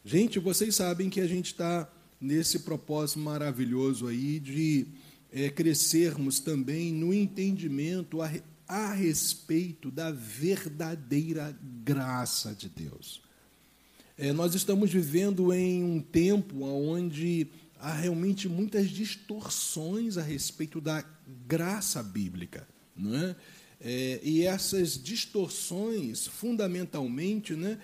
Gente, vocês sabem que a gente está nesse propósito maravilhoso aí de crescermos também no entendimento a respeito da verdadeira graça de Deus. Nós estamos vivendo em um tempo onde há realmente muitas distorções a respeito da graça bíblica, não é? E essas distorções, fundamentalmente, né,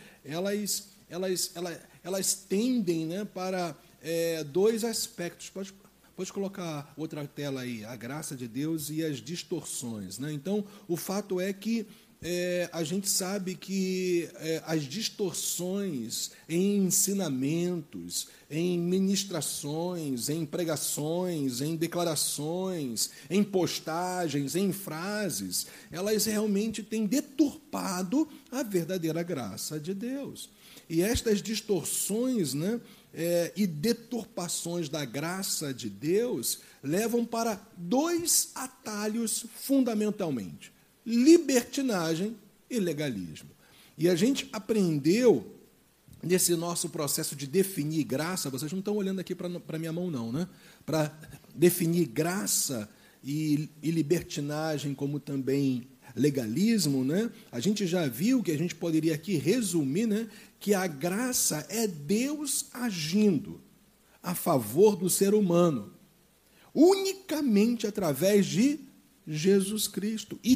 elas tendem, né, para dois aspectos. Pode colocar outra tela aí, a graça de Deus e as distorções, né? Então, o fato é que a gente sabe que as distorções em ensinamentos, em ministrações, em pregações, em declarações, em postagens, em frases, elas realmente têm deturpado a verdadeira graça de Deus. E estas distorções, né, e deturpações da graça de Deus levam para dois atalhos fundamentalmente: libertinagem e legalismo. E a gente aprendeu, nesse nosso processo de definir graça, vocês não estão olhando aqui para a minha mão não, né? Para definir graça e libertinagem, como também legalismo, né? A gente já viu que a gente poderia aqui resumir, né, que a graça é Deus agindo a favor do ser humano, unicamente através de Jesus Cristo, e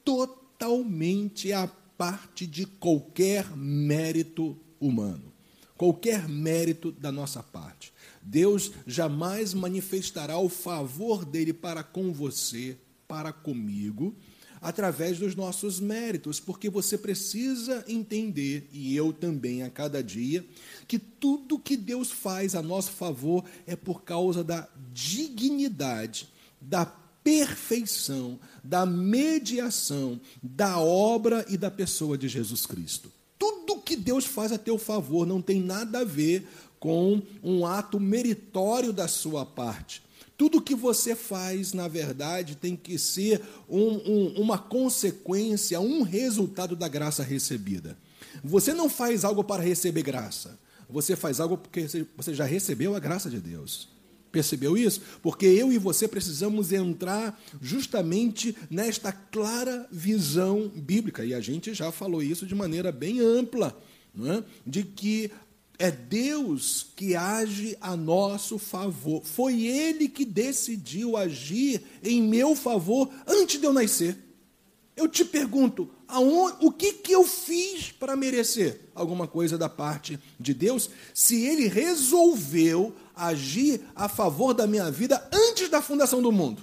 totalmente à parte de qualquer mérito humano, qualquer mérito da nossa parte. Deus jamais manifestará o favor dele para com você, para comigo, através dos nossos méritos, porque você precisa entender, e eu também a cada dia, que tudo que Deus faz a nosso favor é por causa da dignidade, da perfeição, da mediação, da obra e da pessoa de Jesus Cristo. Tudo que Deus faz a teu favor não tem nada a ver com um ato meritório da sua parte. Tudo que você faz, na verdade, tem que ser uma consequência, um resultado da graça recebida. Você não faz algo para receber graça. Você faz algo porque você já recebeu a graça de Deus. Percebeu isso? Porque eu e você precisamos entrar justamente nesta clara visão bíblica. E a gente já falou isso de maneira bem ampla, não é? De que é Deus que age a nosso favor. Foi Ele que decidiu agir em meu favor antes de eu nascer. Eu te pergunto, o que eu fiz para merecer alguma coisa da parte de Deus, se Ele resolveu agir a favor da minha vida antes da fundação do mundo?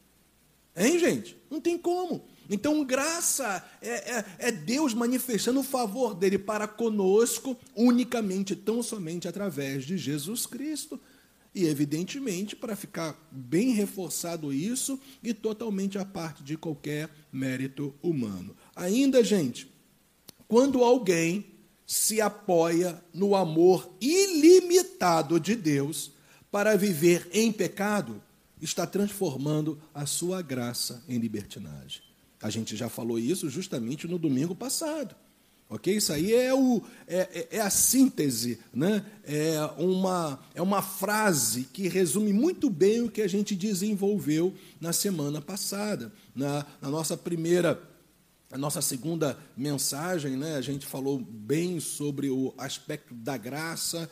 Hein, gente? Não tem como. Então, graça é Deus manifestando o favor dele para conosco unicamente, tão somente através de Jesus Cristo. E, evidentemente, para ficar bem reforçado isso, e totalmente à parte de qualquer mérito humano. Ainda, gente, quando alguém se apoia no amor ilimitado de Deus para viver em pecado, está transformando a sua graça em libertinagem. A gente já falou isso justamente no domingo passado. Ok? Isso aí é a síntese, né? É uma frase que resume muito bem o que a gente desenvolveu na semana passada. Na nossa segunda mensagem, né, a gente falou bem sobre o aspecto da graça.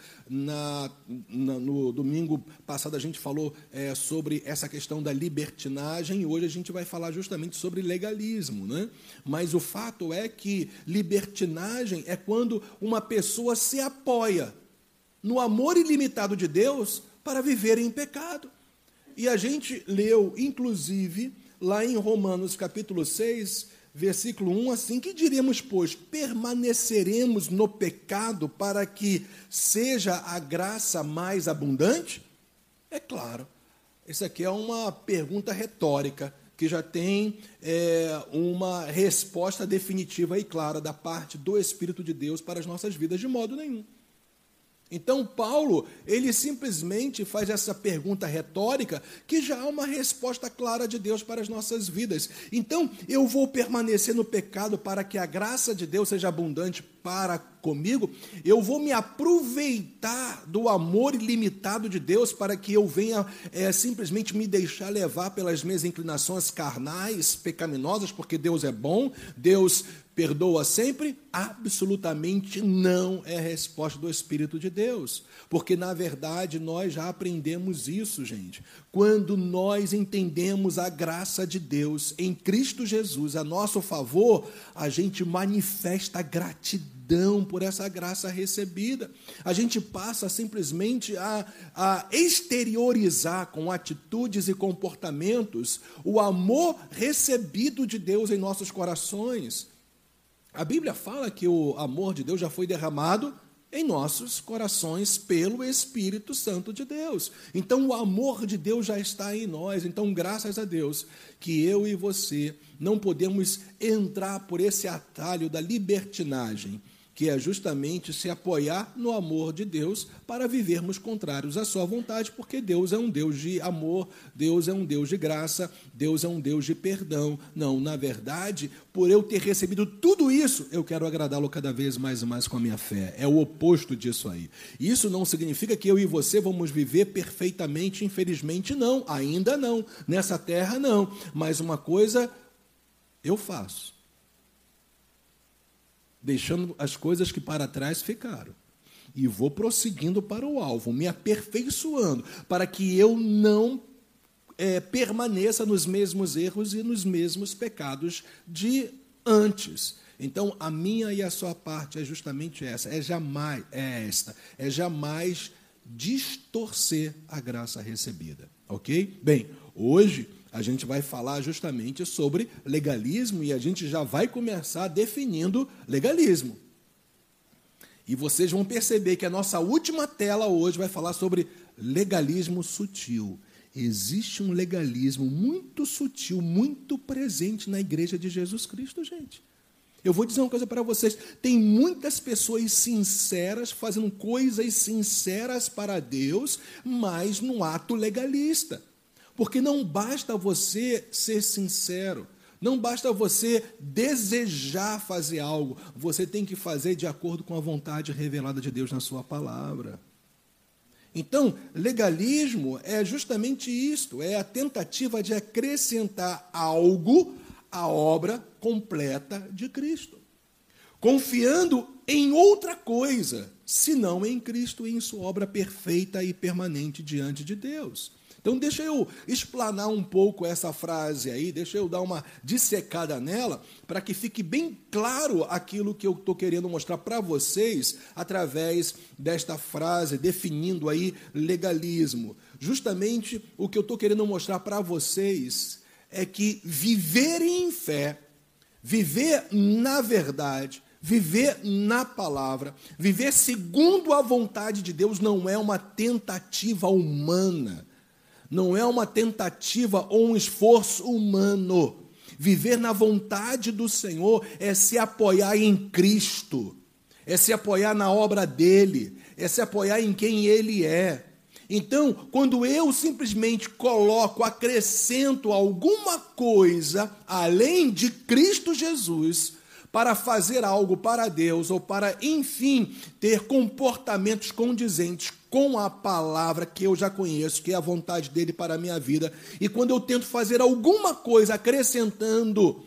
No domingo passado a gente falou sobre essa questão da libertinagem, e hoje a gente vai falar justamente sobre legalismo, né? Mas o fato é que libertinagem é quando uma pessoa se apoia no amor ilimitado de Deus para viver em pecado. E a gente leu, inclusive, lá em Romanos capítulo 6, versículo 1, assim: que diremos, pois? Permaneceremos no pecado para que seja a graça mais abundante? É claro, isso aqui é uma pergunta retórica, que já tem uma resposta definitiva e clara da parte do Espírito de Deus para as nossas vidas, de modo nenhum. Então, Paulo, ele simplesmente faz essa pergunta retórica que já há uma resposta clara de Deus para as nossas vidas. Então, eu vou permanecer no pecado para que a graça de Deus seja abundante para comigo? Eu vou me aproveitar do amor ilimitado de Deus para que eu venha simplesmente me deixar levar pelas minhas inclinações carnais, pecaminosas, porque Deus é bom, Deus perdoa sempre? Absolutamente não é a resposta do Espírito de Deus. Porque, na verdade, nós já aprendemos isso, gente. Quando nós entendemos a graça de Deus em Cristo Jesus a nosso favor, a gente manifesta gratidão por essa graça recebida. A gente passa simplesmente a exteriorizar com atitudes e comportamentos o amor recebido de Deus em nossos corações. A Bíblia fala que o amor de Deus já foi derramado em nossos corações pelo Espírito Santo de Deus. Então, o amor de Deus já está em nós. Então, graças a Deus, que eu e você não podemos entrar por esse atalho da libertinagem, que é justamente se apoiar no amor de Deus para vivermos contrários à sua vontade, porque Deus é um Deus de amor, Deus é um Deus de graça, Deus é um Deus de perdão. Não, na verdade, por eu ter recebido tudo isso, eu quero agradá-lo cada vez mais e mais com a minha fé. É o oposto disso aí. Isso não significa que eu e você vamos viver perfeitamente, infelizmente não, ainda não, nessa terra não, mas uma coisa eu faço, deixando as coisas que para trás ficaram. E vou prosseguindo para o alvo, me aperfeiçoando, para que eu não permaneça nos mesmos erros e nos mesmos pecados de antes. Então, a minha e a sua parte é justamente essa, é jamais distorcer a graça recebida, ok? Bem, hoje a gente vai falar justamente sobre legalismo e a gente já vai começar definindo legalismo. E vocês vão perceber que a nossa última tela hoje vai falar sobre legalismo sutil. Existe um legalismo muito sutil, muito presente na igreja de Jesus Cristo, gente. Eu vou dizer uma coisa para vocês, tem muitas pessoas sinceras, fazendo coisas sinceras para Deus, mas no ato legalista. Porque não basta você ser sincero, não basta você desejar fazer algo, você tem que fazer de acordo com a vontade revelada de Deus na sua palavra. Então, legalismo é justamente isto, é a tentativa de acrescentar algo à obra completa de Cristo, confiando em outra coisa, senão em Cristo e em sua obra perfeita e permanente diante de Deus. Então, deixa eu explanar um pouco essa frase aí, deixa eu dar uma dissecada nela, para que fique bem claro aquilo que eu estou querendo mostrar para vocês, através desta frase, definindo aí legalismo. Justamente o que eu estou querendo mostrar para vocês é que viver em fé, viver na verdade, viver na palavra, viver segundo a vontade de Deus não é uma tentativa humana, não é uma tentativa ou um esforço humano. Viver na vontade do Senhor é se apoiar em Cristo, é se apoiar na obra dele, é se apoiar em quem ele é. Então, quando eu simplesmente acrescento alguma coisa além de Cristo Jesus, para fazer algo para Deus, ou para, enfim, ter comportamentos condizentes com a palavra que eu já conheço, que é a vontade dele para a minha vida, e quando eu tento fazer alguma coisa acrescentando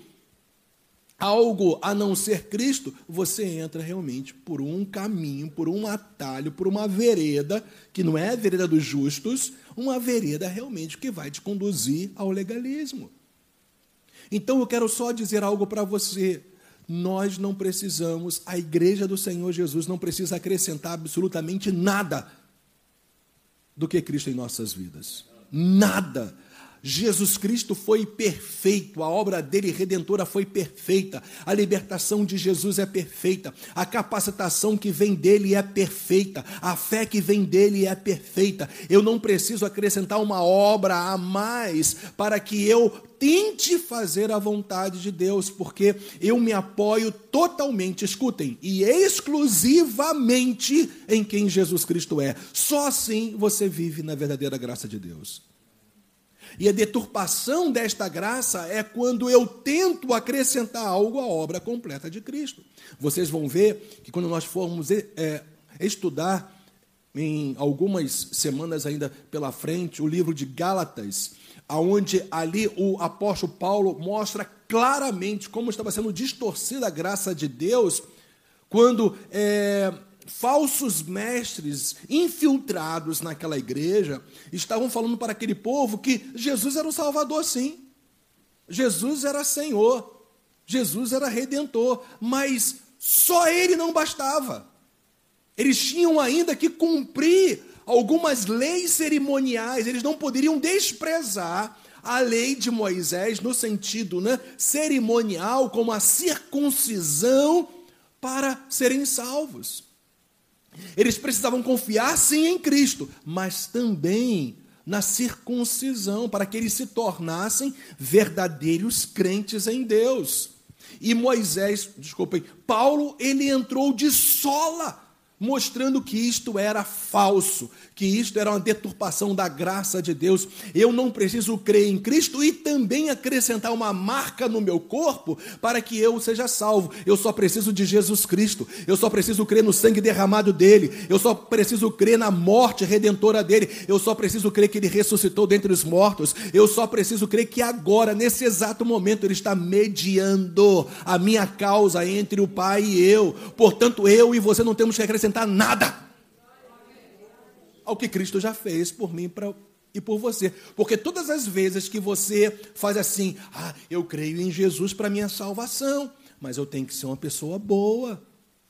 algo a não ser Cristo, você entra realmente por um caminho, por um atalho, por uma vereda, que não é a vereda dos justos, uma vereda realmente que vai te conduzir ao legalismo. Então eu quero só dizer algo para você. Nós não precisamos, a igreja do Senhor Jesus não precisa acrescentar absolutamente nada do que Cristo em nossas vidas. Nada. Jesus Cristo foi perfeito, a obra dele redentora foi perfeita, a libertação de Jesus é perfeita, a capacitação que vem dele é perfeita, a fé que vem dele é perfeita. Eu não preciso acrescentar uma obra a mais para que eu tente fazer a vontade de Deus, porque eu me apoio totalmente, escutem, e exclusivamente em quem Jesus Cristo é. Só assim você vive na verdadeira graça de Deus. E a deturpação desta graça é quando eu tento acrescentar algo à obra completa de Cristo. Vocês vão ver que quando nós formos estudar, em algumas semanas ainda pela frente, o livro de Gálatas, onde ali o apóstolo Paulo mostra claramente como estava sendo distorcida a graça de Deus, quando falsos mestres infiltrados naquela igreja estavam falando para aquele povo que Jesus era o Salvador, sim. Jesus era Senhor, Jesus era Redentor, mas só Ele não bastava. Eles tinham ainda que cumprir algumas leis cerimoniais, eles não poderiam desprezar a lei de Moisés no sentido cerimonial, como a circuncisão, para serem salvos. Eles precisavam confiar, sim, em Cristo, mas também na circuncisão, para que eles se tornassem verdadeiros crentes em Deus. E Paulo, ele entrou de sola, mostrando que isto era falso, que isto era uma deturpação da graça de Deus. Eu não preciso crer em Cristo e também acrescentar uma marca no meu corpo para que eu seja salvo. Eu só preciso de Jesus Cristo, eu só preciso crer no sangue derramado dele, eu só preciso crer na morte redentora dele, eu só preciso crer que ele ressuscitou dentre os mortos, eu só preciso crer que agora, nesse exato momento, ele está mediando a minha causa entre o Pai e eu. Portanto, eu e você não temos que acrescentar nada ao que Cristo já fez por mim e por você. Porque todas as vezes que você faz assim, eu creio em Jesus para minha salvação, mas eu tenho que ser uma pessoa boa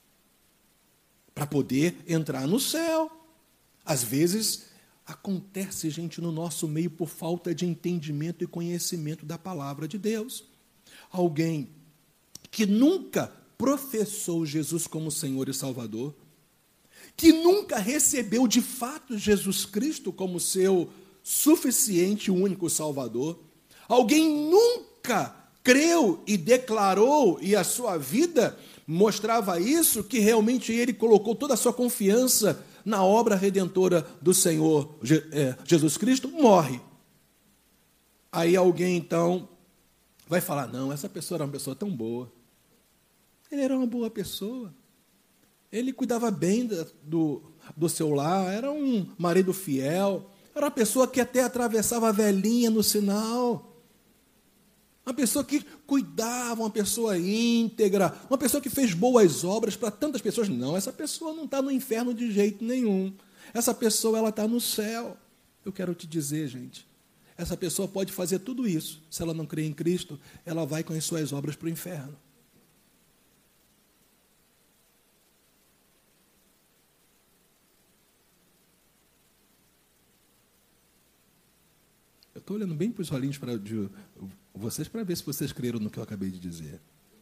para poder entrar no céu. Às vezes acontece, gente, no nosso meio por falta de entendimento e conhecimento da palavra de Deus. Alguém que nunca professou Jesus como Senhor e Salvador, que nunca recebeu de fato Jesus Cristo como seu suficiente e único Salvador, alguém nunca creu e declarou, e a sua vida mostrava isso, que realmente ele colocou toda a sua confiança na obra redentora do Senhor Jesus Cristo, morre. Aí alguém então vai falar, não, essa pessoa era uma pessoa tão boa, ele era uma boa pessoa, ele cuidava bem do seu lar, era um marido fiel, era uma pessoa que até atravessava a velhinha no sinal, uma pessoa que cuidava, uma pessoa íntegra, uma pessoa que fez boas obras para tantas pessoas. Não, essa pessoa não está no inferno de jeito nenhum, essa pessoa ela está no céu. Eu quero te dizer, gente, essa pessoa pode fazer tudo isso, se ela não crê em Cristo, ela vai com as suas obras para o inferno. Eu estou olhando bem para os olhinhos de vocês para ver se vocês creram no que eu acabei de dizer.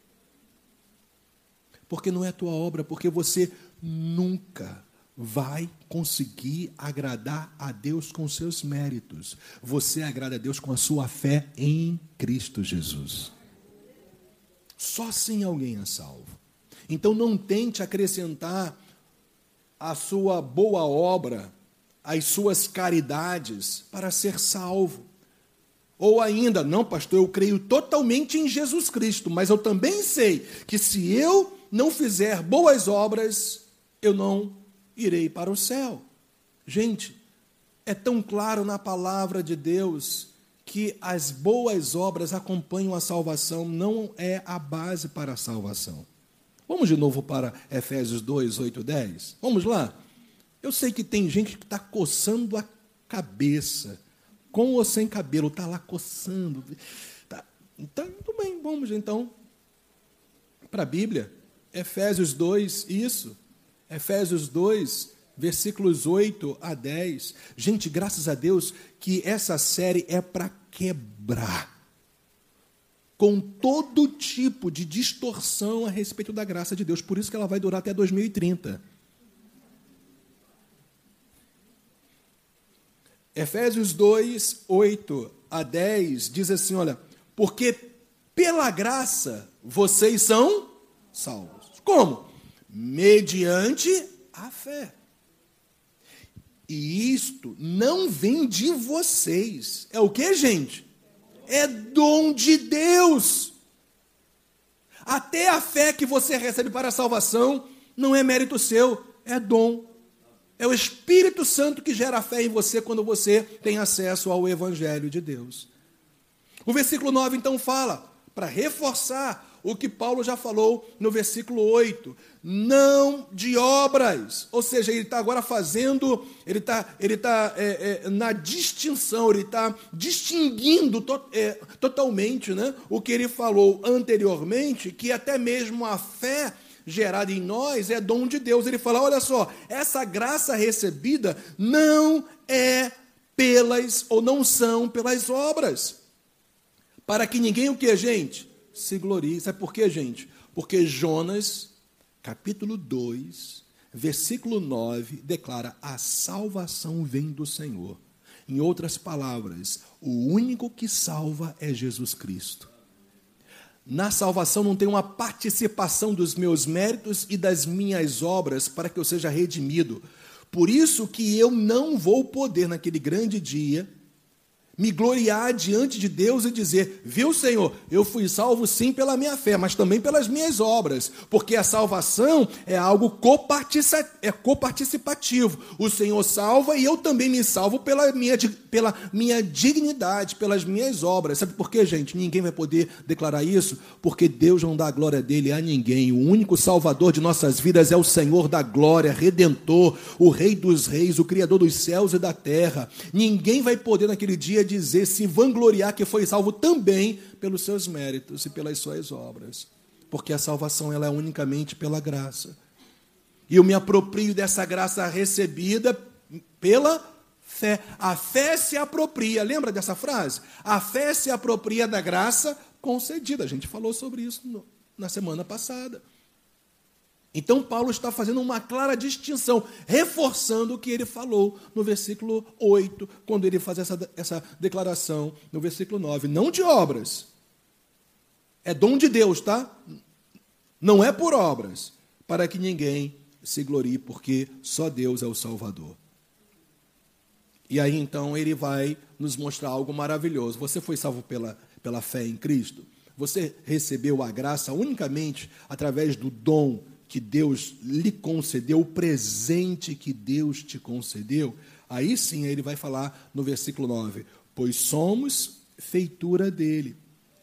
Porque não é a tua obra, porque você nunca vai conseguir agradar a Deus com seus méritos. Você agrada a Deus com a sua fé em Cristo Jesus. Só assim alguém é salvo. Então não tente acrescentar a sua boa obra, as suas caridades para ser salvo. Ou ainda, não, pastor, eu creio totalmente em Jesus Cristo, mas eu também sei que se eu não fizer boas obras, eu não irei para o céu. Gente, é tão claro na palavra de Deus que as boas obras acompanham a salvação, não é a base para a salvação. Vamos de novo para Efésios 2, 8, 10? Vamos lá? Eu sei que tem gente que está coçando a cabeça, com ou sem cabelo, está lá coçando. Tá, então, tudo bem, vamos então para a Bíblia. Efésios 2, isso. Efésios 2, versículos 8 a 10. Gente, graças a Deus que essa série é para quebrar com todo tipo de distorção a respeito da graça de Deus. Por isso que ela vai durar até 2030. Efésios 2, 8 a 10 diz assim, olha, porque pela graça vocês são salvos. Como? Mediante a fé. E isto não vem de vocês. É o que, gente? É dom de Deus. Até a fé que você recebe para a salvação não é mérito seu, é dom. É o Espírito Santo que gera a fé em você quando você tem acesso ao Evangelho de Deus. O versículo 9 então fala, para reforçar o que Paulo já falou no versículo 8, não de obras, ou seja, ele está agora fazendo, ele está na distinção, ele está distinguindo totalmente, né, o que ele falou anteriormente, que até mesmo a fé gerada em nós é dom de Deus. Ele fala, olha só, essa graça recebida não é pelas, ou não são pelas obras, para que ninguém o que, gente? Se glorie. Sabe por quê, gente? Porque Jonas, capítulo 2, versículo 9, declara, a salvação vem do Senhor. Em outras palavras, o único que salva é Jesus Cristo. Na salvação não tem uma participação dos meus méritos e das minhas obras para que eu seja redimido. Por isso que eu não vou poder, naquele grande dia, me gloriar diante de Deus e dizer, viu, Senhor, eu fui salvo sim pela minha fé, mas também pelas minhas obras, porque a salvação é algo coparticipativo. O Senhor salva e eu também me salvo pela minha dignidade, pelas minhas obras. Sabe por quê, gente? Ninguém vai poder declarar isso, porque Deus não dá a glória dele a ninguém. O único salvador de nossas vidas é o Senhor da glória, Redentor, o Rei dos reis, o Criador dos céus e da terra. Ninguém vai poder naquele dia dizer, se vangloriar que foi salvo também pelos seus méritos e pelas suas obras, porque a salvação ela é unicamente pela graça, e eu me aproprio dessa graça recebida pela fé. A fé se apropria, lembra dessa frase? A fé se apropria da graça concedida, a gente falou sobre isso na semana passada. Então, Paulo está fazendo uma clara distinção, reforçando o que ele falou no versículo 8, quando ele faz essa declaração no versículo 9. Não de obras. É dom de Deus, tá? Não é por obras, para que ninguém se glorie, porque só Deus é o Salvador. E aí, então, ele vai nos mostrar algo maravilhoso. Você foi salvo pela fé em Cristo? Você recebeu a graça unicamente através do dom que Deus lhe concedeu, o presente que Deus te concedeu? Aí sim, ele vai falar no versículo 9, pois somos feitura dele.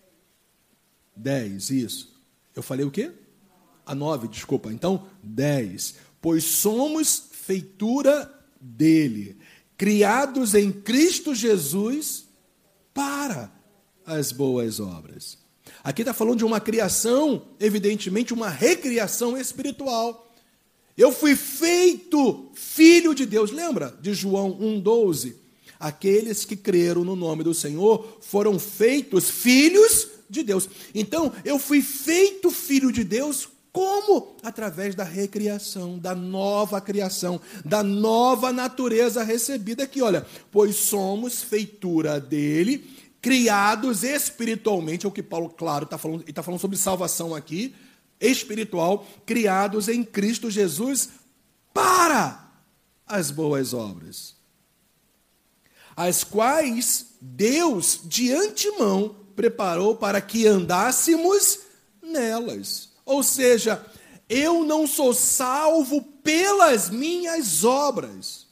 10, isso. Eu falei o quê? A 9, desculpa. Então, 10. Pois somos feitura dele, criados em Cristo Jesus para as boas obras. Aqui está falando de uma criação, evidentemente, uma recriação espiritual. Eu fui feito filho de Deus. Lembra de João 1,12? Aqueles que creram no nome do Senhor foram feitos filhos de Deus. Então, eu fui feito filho de Deus como? Através da recriação, da nova criação, da nova natureza recebida aqui. Olha, pois somos feitura dele, criados espiritualmente, é o que Paulo, claro, está falando, ele está falando sobre salvação aqui, espiritual, criados em Cristo Jesus para as boas obras, as quais Deus de antemão preparou para que andássemos nelas. Ou seja, eu não sou salvo pelas minhas obras,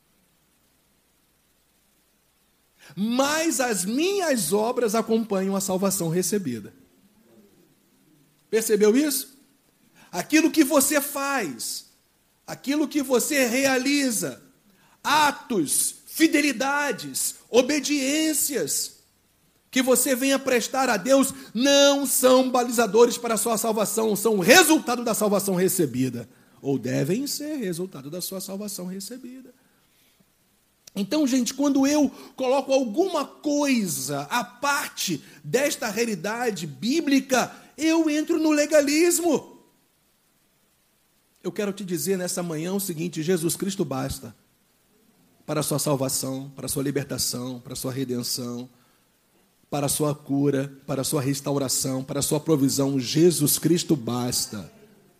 mas as minhas obras acompanham a salvação recebida. Percebeu isso? Aquilo que você faz, aquilo que você realiza, atos, fidelidades, obediências que você venha prestar a Deus, não são balizadores para a sua salvação, são o resultado da salvação recebida. ou devem ser resultado da sua salvação recebida. Então, gente, quando eu coloco alguma coisa à parte desta realidade bíblica, eu entro no legalismo. Eu quero te dizer nessa manhã o seguinte: Jesus Cristo basta para a sua salvação, para a sua libertação, para a sua redenção, para a sua cura, para a sua restauração, para a sua provisão. Jesus Cristo basta.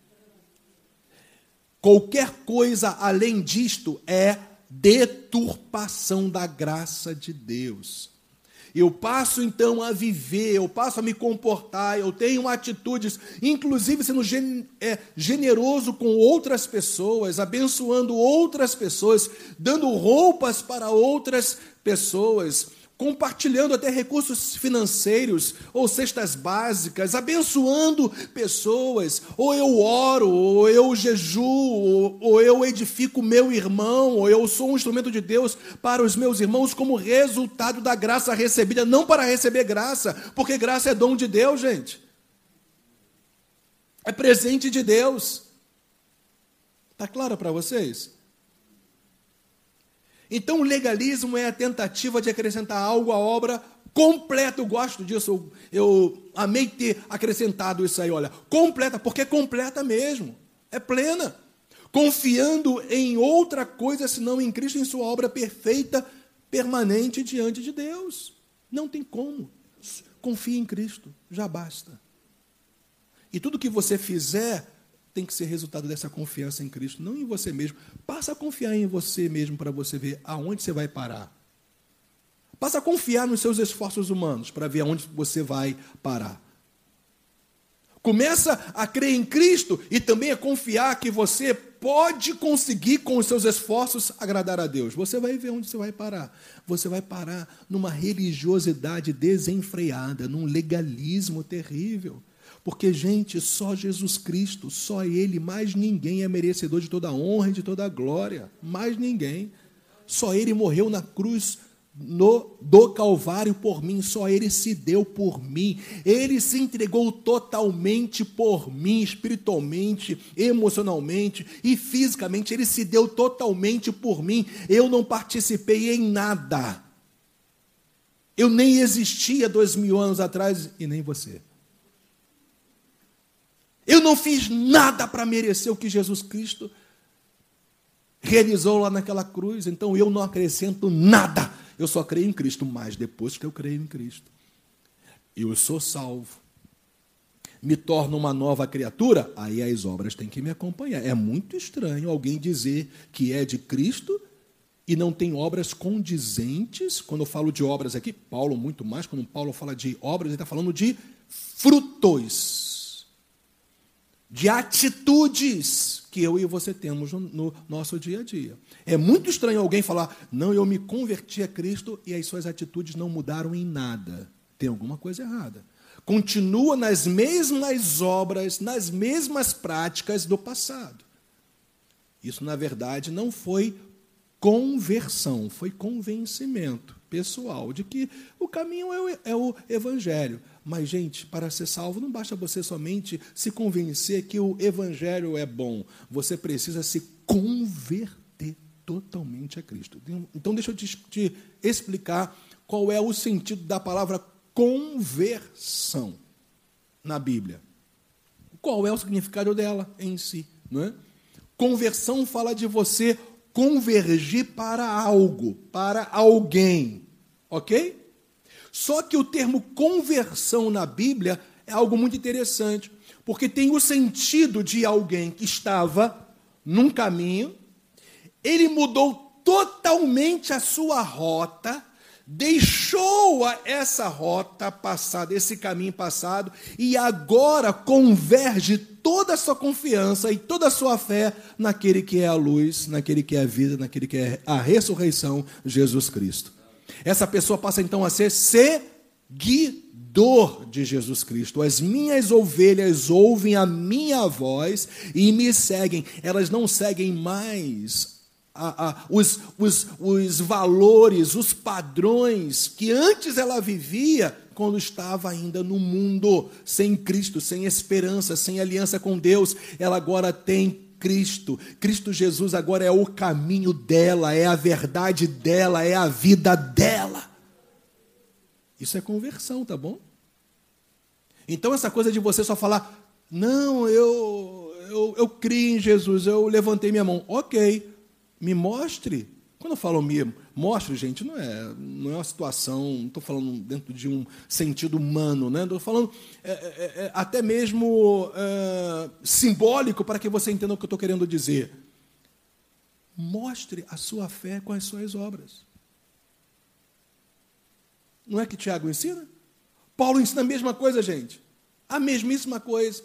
Qualquer coisa além disto é deturpação da graça de Deus. Eu passo então a viver, eu passo a me comportar, eu tenho atitudes, inclusive sendo generoso com outras pessoas, abençoando outras pessoas, dando roupas para outras pessoas, compartilhando até recursos financeiros, ou cestas básicas, abençoando pessoas, ou eu oro, ou eu jejuo, ou eu edifico meu irmão, ou eu sou um instrumento de Deus para os meus irmãos como resultado da graça recebida, não para receber graça, porque graça é dom de Deus, gente. É presente de Deus. Está claro para vocês? Então, o legalismo é a tentativa de acrescentar algo à obra completa. Eu gosto disso, eu amei ter acrescentado isso aí, olha, completa, porque é completa mesmo, é plena, confiando em outra coisa, senão em Cristo, em sua obra perfeita, permanente diante de Deus. Não tem como, confie em Cristo, já basta. E tudo que você fizer tem que ser resultado dessa confiança em Cristo, não em você mesmo. Passa a confiar em você mesmo para você ver aonde você vai parar. Passa a confiar nos seus esforços humanos para ver aonde você vai parar. Começa a crer em Cristo e também a confiar que você pode conseguir com os seus esforços agradar a Deus. Você vai ver onde você vai parar. Você vai parar numa religiosidade desenfreada, num legalismo terrível. Porque, gente, só Jesus Cristo, só Ele, mais ninguém é merecedor de toda a honra e de toda a glória. Mais ninguém. Só Ele morreu na cruz do Calvário por mim, só Ele se deu por mim. Ele se entregou totalmente por mim, espiritualmente, emocionalmente e fisicamente. Ele se deu totalmente por mim. Eu não participei em nada. Eu nem existia 2000 anos atrás e nem você. Eu não fiz nada para merecer o que Jesus Cristo realizou lá naquela cruz, então eu não acrescento nada. Eu só creio em Cristo, mas depois que eu creio em Cristo, eu sou salvo, me torno uma nova criatura, aí as obras têm que me acompanhar. É muito estranho alguém dizer que é de Cristo e não tem obras condizentes. Quando eu falo de obras aqui, Paulo muito mais, quando Paulo fala de obras, ele está falando de frutos, de atitudes que eu e você temos no nosso dia a dia. É muito estranho alguém falar, não, eu me converti a Cristo e as suas atitudes não mudaram em nada. Tem alguma coisa errada. Continua nas mesmas obras, nas mesmas práticas do passado. Isso, na verdade, não foi conversão, foi convencimento pessoal de que o caminho é o Evangelho. Mas, gente, para ser salvo, não basta você somente se convencer que o Evangelho é bom. Você precisa se converter totalmente a Cristo. Então, deixa eu te explicar qual é o sentido da palavra conversão na Bíblia. Qual é o significado dela em si, não é? Conversão fala de você convergir para algo, para alguém, ok? Só que o termo conversão na Bíblia é algo muito interessante, porque tem o sentido de alguém que estava num caminho, ele mudou totalmente a sua rota, deixou essa rota passada, esse caminho passado, e agora converge toda a sua confiança e toda a sua fé naquele que é a luz, naquele que é a vida, naquele que é a ressurreição, Jesus Cristo. Essa pessoa passa então a ser seguidor de Jesus Cristo. As minhas ovelhas ouvem a minha voz e me seguem. Elas não seguem mais os valores, os padrões que antes ela vivia quando estava ainda no mundo, sem Cristo, sem esperança, sem aliança com Deus. Ela agora tem Cristo. Cristo Jesus agora é o caminho dela, é a verdade dela, é a vida dela. Isso é conversão, tá bom? Então essa coisa de você só falar, não, eu criei em Jesus, eu levantei minha mão. Ok, me mostre. Quando eu falo me mostre, gente, não é uma situação, não estou falando dentro de um sentido humano, né? Estou falando até mesmo simbólico para que você entenda o que eu estou querendo dizer. Mostre a sua fé com as suas obras. Não é que Tiago ensina? Paulo ensina a mesma coisa, gente. A mesmíssima coisa.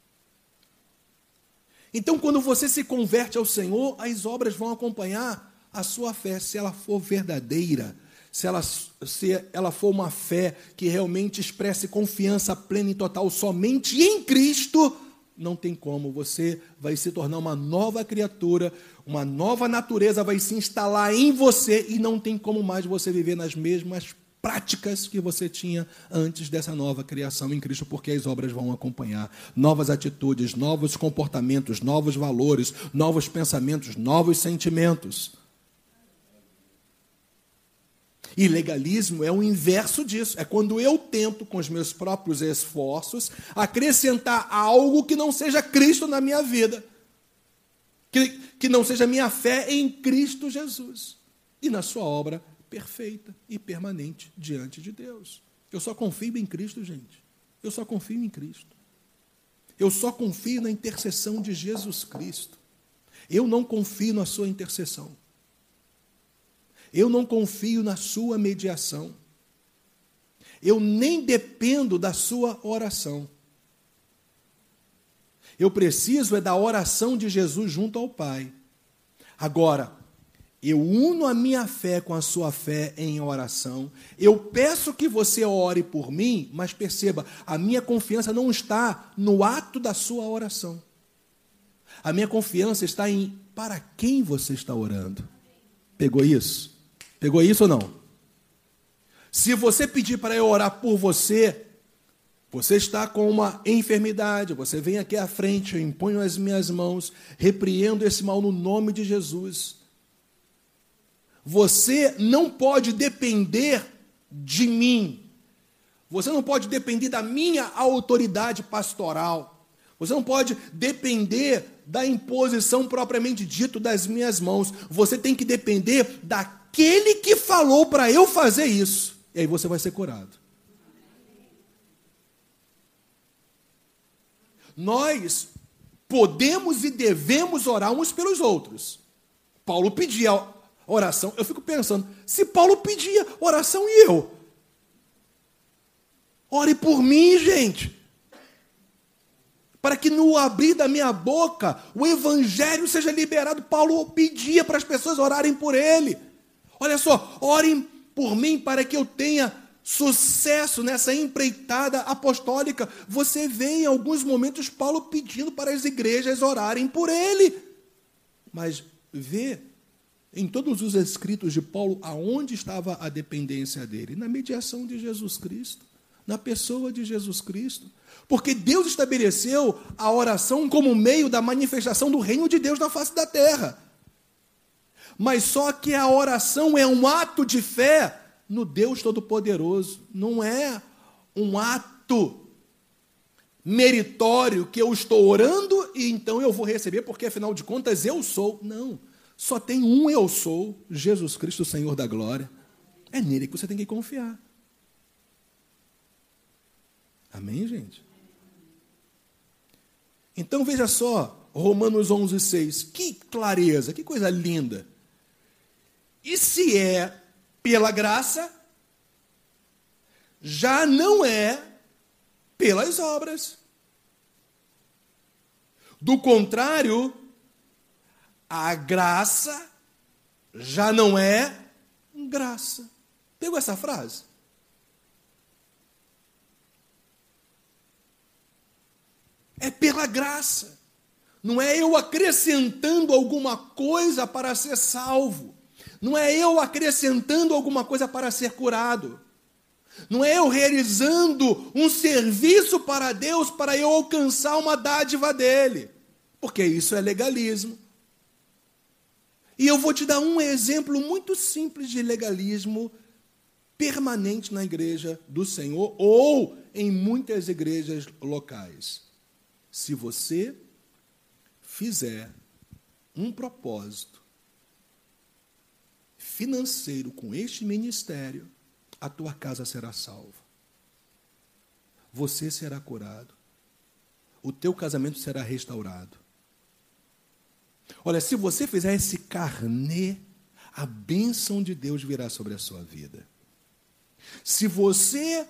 Então, quando você se converte ao Senhor, as obras vão acompanhar a sua fé, se ela for verdadeira, se ela for uma fé que realmente expresse confiança plena e total somente em Cristo, não tem como, você vai se tornar uma nova criatura, uma nova natureza vai se instalar em você e não tem como mais você viver nas mesmas práticas que você tinha antes dessa nova criação em Cristo, porque as obras vão acompanhar novas atitudes, novos comportamentos, novos valores, novos pensamentos, novos sentimentos. E legalismo é o inverso disso, é quando eu tento, com os meus próprios esforços, acrescentar algo que não seja Cristo na minha vida, que não seja minha fé em Cristo Jesus e na sua obra perfeita e permanente diante de Deus. Eu só confio em Cristo, gente. Eu só confio em Cristo. Eu só confio na intercessão de Jesus Cristo. Eu não confio na sua intercessão. Eu não confio na sua mediação. Eu nem dependo da sua oração. Eu preciso da oração de Jesus junto ao Pai. Agora, eu uno a minha fé com a sua fé em oração. Eu peço que você ore por mim, mas perceba, a minha confiança não está no ato da sua oração. A minha confiança está em para quem você está orando. Pegou isso? Pegou isso ou não? Se você pedir para eu orar por você, você está com uma enfermidade, você vem aqui à frente, eu imponho as minhas mãos, repreendo esse mal no nome de Jesus. Você não pode depender de mim. Você não pode depender da minha autoridade pastoral. Você não pode depender da imposição propriamente dito das minhas mãos. Você tem que depender daquele que falou para eu fazer isso. E aí você vai ser curado. Nós podemos e devemos orar uns pelos outros. Paulo pedia oração. Eu fico pensando, se Paulo pedia oração e eu? Ore por mim, gente. Para que no abrir da minha boca, o evangelho seja liberado. Paulo pedia para as pessoas orarem por ele. Olha só, orem por mim para que eu tenha sucesso nessa empreitada apostólica. Você vê em alguns momentos Paulo pedindo para as igrejas orarem por ele. Mas vê em todos os escritos de Paulo aonde estava a dependência dele? Na mediação de Jesus Cristo, na pessoa de Jesus Cristo. Porque Deus estabeleceu a oração como meio da manifestação do reino de Deus na face da terra. Mas só que a oração é um ato de fé no Deus Todo-Poderoso. Não é um ato meritório que eu estou orando e então eu vou receber, porque afinal de contas eu sou. Não. Só tem um eu sou, Jesus Cristo, Senhor da glória. É nele que você tem que confiar. Amém, gente? Então veja só, Romanos 11:6. Que clareza, que coisa linda. E se é pela graça, já não é pelas obras. Do contrário, a graça já não é graça. Pegou essa frase? É pela graça. Não é eu acrescentando alguma coisa para ser salvo. Não é eu acrescentando alguma coisa para ser curado. Não é eu realizando um serviço para Deus para eu alcançar uma dádiva dele. porque isso é legalismo. E eu vou te dar um exemplo muito simples de legalismo permanente na igreja do Senhor ou em muitas igrejas locais. Se você fizer um propósito financeiro com este ministério, a tua casa será salva. Você será curado. O teu casamento será restaurado. Olha, se você fizer esse carnê, a bênção de Deus virá sobre a sua vida. Se você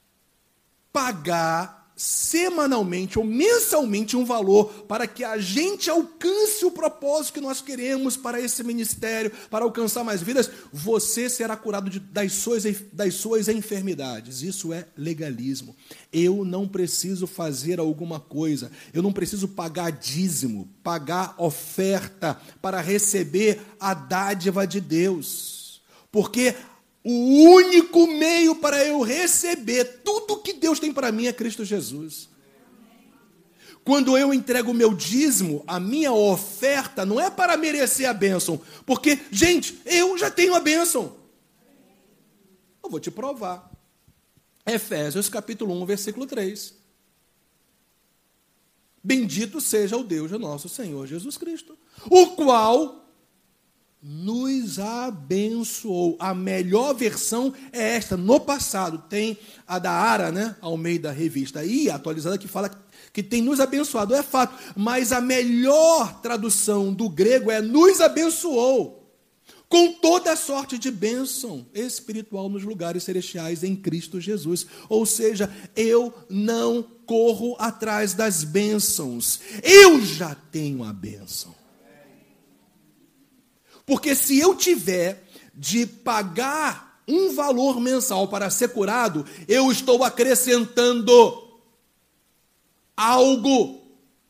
pagar semanalmente ou mensalmente um valor para que a gente alcance o propósito que nós queremos para esse ministério, para alcançar mais vidas, você será curado das suas enfermidades. Isso é legalismo. Eu não preciso fazer alguma coisa, eu não preciso pagar dízimo, pagar oferta para receber a dádiva de Deus, porque o único meio para eu receber tudo que Deus tem para mim é Cristo Jesus. Quando eu entrego o meu dízimo, a minha oferta não é para merecer a bênção, porque, gente, eu já tenho a bênção. Eu vou te provar. Efésios capítulo 1, versículo 3. Bendito seja o Deus do nosso Senhor Jesus Cristo, o qual nos abençoou. A melhor versão é esta. No passado tem a da Ara, né? Almeida Revista, e atualizada, que fala que tem nos abençoado. É fato, mas a melhor tradução do grego é nos abençoou com toda sorte de bênção espiritual nos lugares celestiais em Cristo Jesus. Ou seja, eu não corro atrás das bênçãos, eu já tenho a bênção. Porque se eu tiver de pagar um valor mensal para ser curado, eu estou acrescentando algo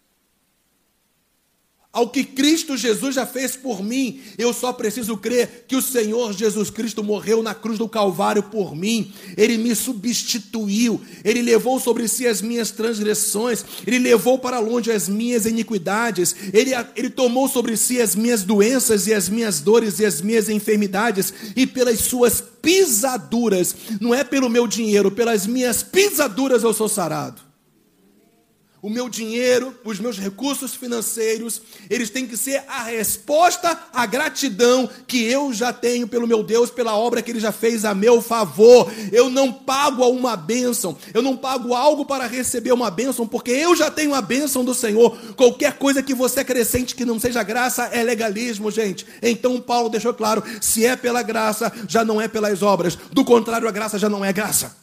ao que Cristo Jesus já fez por mim. Eu só preciso crer que o Senhor Jesus Cristo morreu na cruz do Calvário por mim. Ele me substituiu. Ele levou sobre si as minhas transgressões. Ele levou para longe as minhas iniquidades. Ele tomou sobre si as minhas doenças e as minhas dores e as minhas enfermidades. E pelas suas pisaduras, não é pelo meu dinheiro, pelas minhas pisaduras eu sou sarado. O meu dinheiro, os meus recursos financeiros, eles têm que ser a resposta à gratidão que eu já tenho pelo meu Deus, pela obra que Ele já fez a meu favor. Eu não pago a uma bênção, eu não pago algo para receber uma bênção, porque eu já tenho a bênção do Senhor. Qualquer coisa que você acrescente que não seja graça é legalismo, gente. Então Paulo deixou claro, se é pela graça, já não é pelas obras. Do contrário, a graça já não é graça.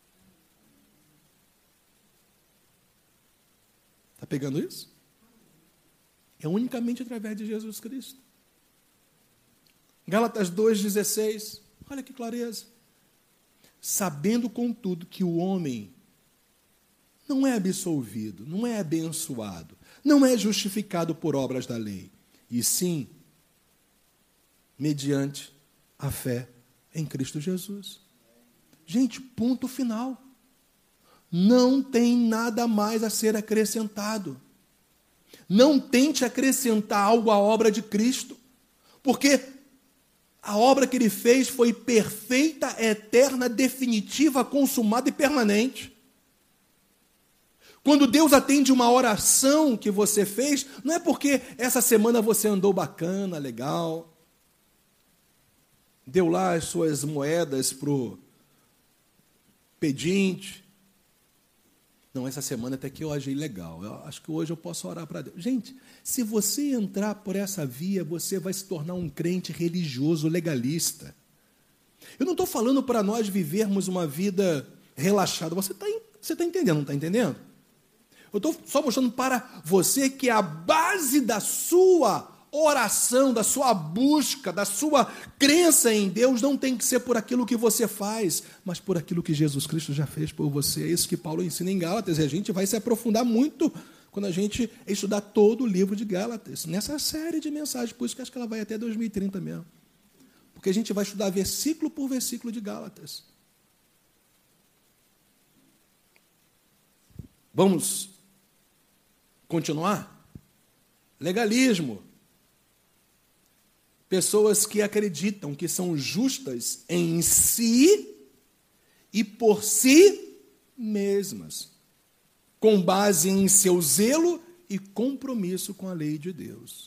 Está pegando isso? É unicamente através de Jesus Cristo. Gálatas 2,16. Olha que clareza. Sabendo, contudo, que o homem não é absolvido, não é abençoado, não é justificado por obras da lei, e sim mediante a fé em Cristo Jesus. Gente, ponto final. Não tem nada mais a ser acrescentado. Não tente acrescentar algo à obra de Cristo, porque a obra que Ele fez foi perfeita, eterna, definitiva, consumada e permanente. Quando Deus atende uma oração que você fez, não é porque essa semana você andou bacana, legal, deu lá as suas moedas para o pedinte. Não, essa semana até que eu agi legal. Eu acho que hoje eu posso orar para Deus. Gente, se você entrar por essa via, você vai se tornar um crente religioso legalista. Eu não estou falando para nós vivermos uma vida relaxada. Você está entendendo, não está entendendo? Eu estou só mostrando para você que a base da sua oração, da sua busca, da sua crença em Deus não tem que ser por aquilo que você faz, mas por aquilo que Jesus Cristo já fez por você. É isso que Paulo ensina em Gálatas, e a gente vai se aprofundar muito quando a gente estudar todo o livro de Gálatas, nessa série de mensagens, por isso que acho que ela vai até 2030 mesmo, porque a gente vai estudar versículo por versículo de Gálatas. Vamos continuar? Legalismo. Pessoas que acreditam que são justas em si e por si mesmas, com base em seu zelo e compromisso com a lei de Deus.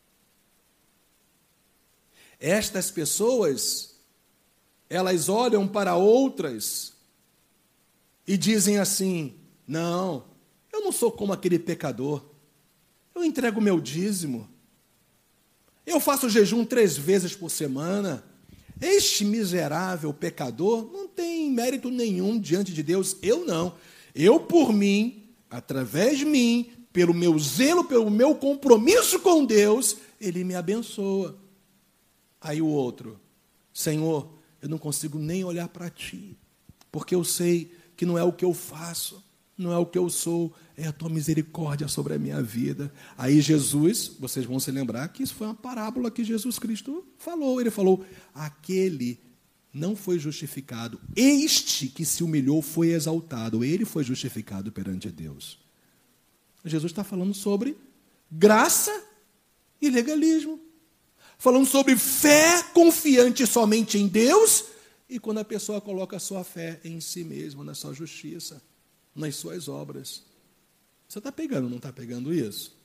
Estas pessoas, elas olham para outras e dizem assim: não, eu não sou como aquele pecador, eu entrego meu dízimo, eu faço jejum 3 vezes por semana, este miserável pecador não tem mérito nenhum diante de Deus, eu não, eu por mim, através de mim, pelo meu zelo, pelo meu compromisso com Deus, Ele me abençoa. Aí o outro: Senhor, eu não consigo nem olhar para Ti, porque eu sei que não é o que eu faço, não é o que eu sou, é a Tua misericórdia sobre a minha vida. Aí Jesus, vocês vão se lembrar que isso foi uma parábola que Jesus Cristo falou. Ele falou: aquele não foi justificado, este que se humilhou foi exaltado, ele foi justificado perante Deus. Jesus está falando sobre graça e legalismo, falando sobre fé confiante somente em Deus, e quando a pessoa coloca a sua fé em si mesma, na sua justiça, nas suas obras. Você está pegando, não está pegando isso?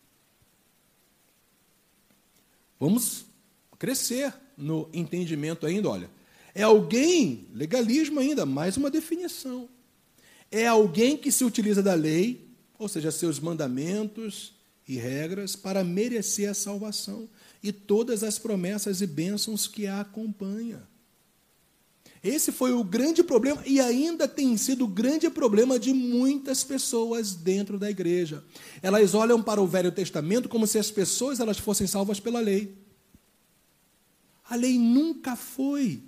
Vamos crescer no entendimento ainda, olha. É alguém, legalismo ainda, mais uma definição. É alguém que se utiliza da lei, ou seja, seus mandamentos e regras, para merecer a salvação e todas as promessas e bênçãos que a acompanham. Esse foi o grande problema e ainda tem sido o grande problema de muitas pessoas dentro da igreja. Elas olham para o Velho Testamento como se as pessoas elas fossem salvas pela lei. A lei nunca foi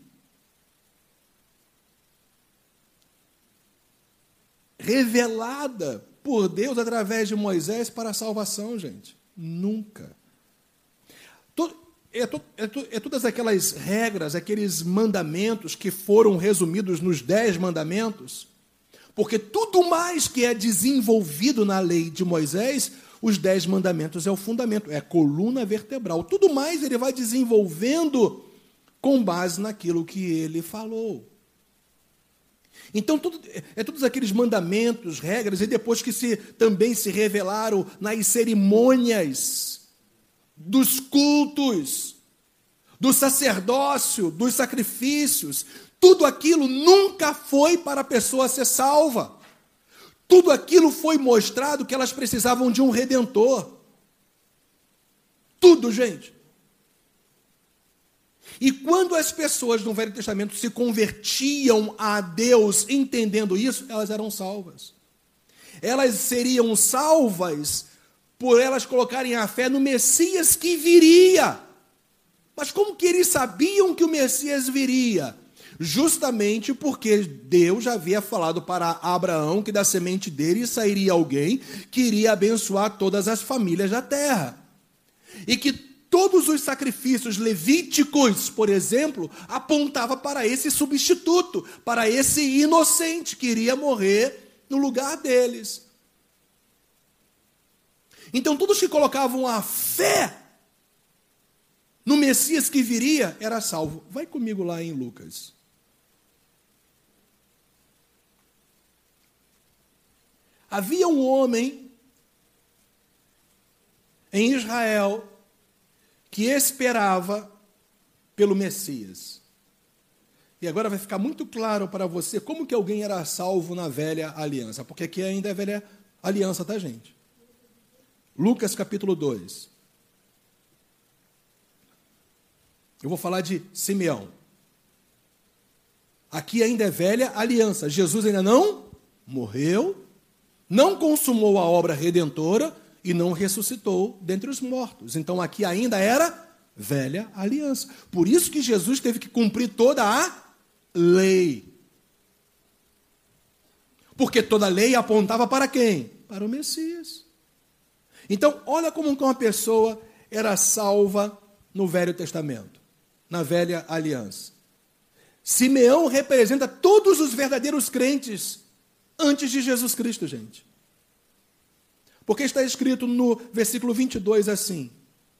revelada por Deus através de Moisés para a salvação, gente. Nunca. Todas aquelas regras, aqueles mandamentos que foram resumidos nos 10 mandamentos, porque tudo mais que é desenvolvido na lei de Moisés, os 10 mandamentos é o fundamento, é a coluna vertebral. Tudo mais ele vai desenvolvendo com base naquilo que ele falou. Então, todos aqueles mandamentos, regras, e depois que também se revelaram nas cerimônias, dos cultos, do sacerdócio, dos sacrifícios, tudo aquilo nunca foi para a pessoa ser salva. Tudo aquilo foi mostrado que elas precisavam de um redentor. Tudo, gente. E quando as pessoas no Velho Testamento se convertiam a Deus entendendo isso, elas eram salvas. Elas seriam salvas por elas colocarem a fé no Messias que viria. Mas como que eles sabiam que o Messias viria? Justamente porque Deus já havia falado para Abraão que da semente dele sairia alguém que iria abençoar todas as famílias da terra. E que todos os sacrifícios levíticos, por exemplo, apontavam para esse substituto, para esse inocente que iria morrer no lugar deles. Então, todos que colocavam a fé no Messias que viria, era salvo. Vai comigo lá em Lucas. Havia um homem em Israel que esperava pelo Messias. E agora vai ficar muito claro para você como que alguém era salvo na velha aliança, porque aqui ainda é velha aliança, tá, gente? Lucas capítulo 2. Eu vou falar de Simeão. Aqui ainda é velha aliança. Jesus ainda não morreu, não consumou a obra redentora e não ressuscitou dentre os mortos. Então aqui ainda era velha aliança. Por isso que Jesus teve que cumprir toda a lei. Porque toda a lei apontava para quem? Para o Messias. Então, olha como uma pessoa era salva no Velho Testamento, na velha aliança. Simeão representa todos os verdadeiros crentes antes de Jesus Cristo, gente. Porque está escrito no versículo 22 assim.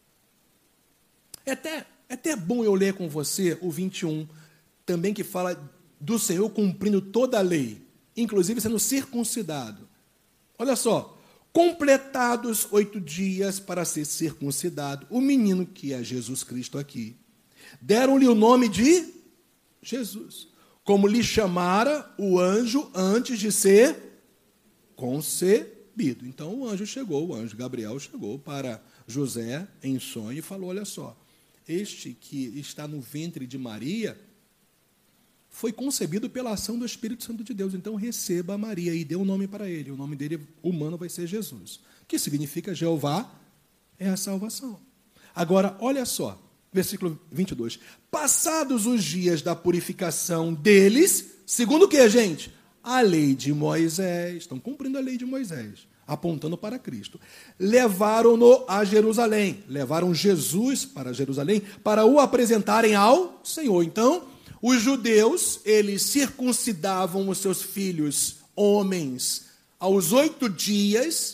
É até bom eu ler com você o 21, também que fala do Senhor cumprindo toda a lei, inclusive sendo circuncidado. Olha só. Completados 8 dias para ser circuncidado, o menino, que é Jesus Cristo aqui, deram-lhe o nome de Jesus, como lhe chamara o anjo antes de ser concebido. Então o anjo Gabriel chegou para José em sonho e falou, olha só, este que está no ventre de Maria foi concebido pela ação do Espírito Santo de Deus. Então receba a Maria e dê um nome para ele. O nome dele humano vai ser Jesus, que significa Jeová é a salvação. Agora, olha só, versículo 22. Passados os dias da purificação deles, segundo o que, gente? A lei de Moisés. Estão cumprindo a lei de Moisés, apontando para Cristo. Levaram-no a Jerusalém. Levaram Jesus para Jerusalém para o apresentarem ao Senhor. Então, os judeus, eles circuncidavam os seus filhos homens aos 8 dias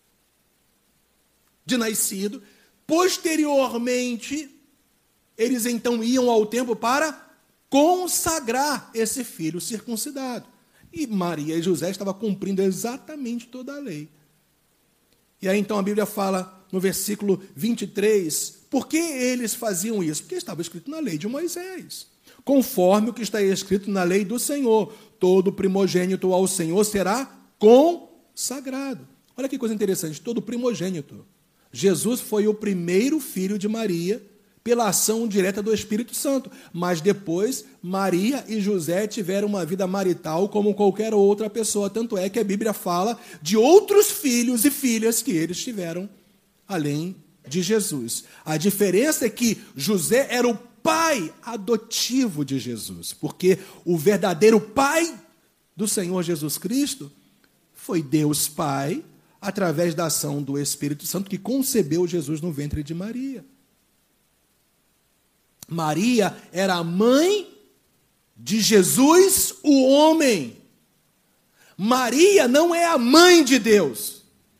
de nascido. Posteriormente, eles então iam ao templo para consagrar esse filho circuncidado. E Maria e José estavam cumprindo exatamente toda a lei. E aí então a Bíblia fala no versículo 23, por que eles faziam isso? Porque estava escrito na lei de Moisés. Conforme o que está escrito na lei do Senhor, todo primogênito ao Senhor será consagrado. Olha que coisa interessante, todo primogênito. Jesus foi o primeiro filho de Maria pela ação direta do Espírito Santo, mas depois Maria e José tiveram uma vida marital como qualquer outra pessoa, tanto é que a Bíblia fala de outros filhos e filhas que eles tiveram além de Jesus. A diferença é que José era o pai adotivo de Jesus, porque o verdadeiro pai do Senhor Jesus Cristo foi Deus Pai, através da ação do Espírito Santo, que concebeu Jesus no ventre de Maria. Maria era a mãe de Jesus, o homem. Maria não é a mãe de Deus,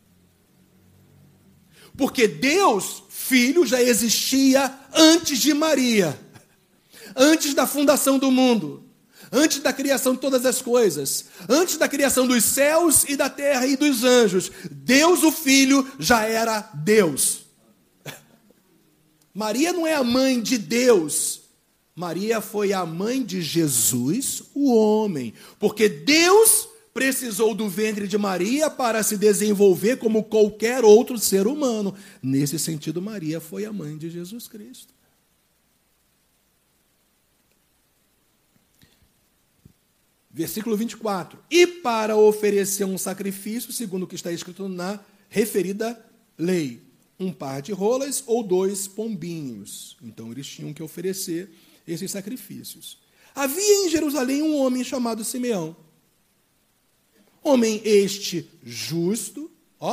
porque Deus, Filho, já existia antes de Maria, antes da fundação do mundo, antes da criação de todas as coisas, antes da criação dos céus e da terra e dos anjos. Deus, o Filho, já era Deus. Maria não é a mãe de Deus, Maria foi a mãe de Jesus, o homem, porque Deus precisou do ventre de Maria para se desenvolver como qualquer outro ser humano. Nesse sentido, Maria foi a mãe de Jesus Cristo. Versículo 24. E para oferecer um sacrifício, segundo o que está escrito na referida lei, um par de rolas ou 2 pombinhos. Então, eles tinham que oferecer esses sacrifícios. Havia em Jerusalém um homem chamado Simeão. Homem este justo,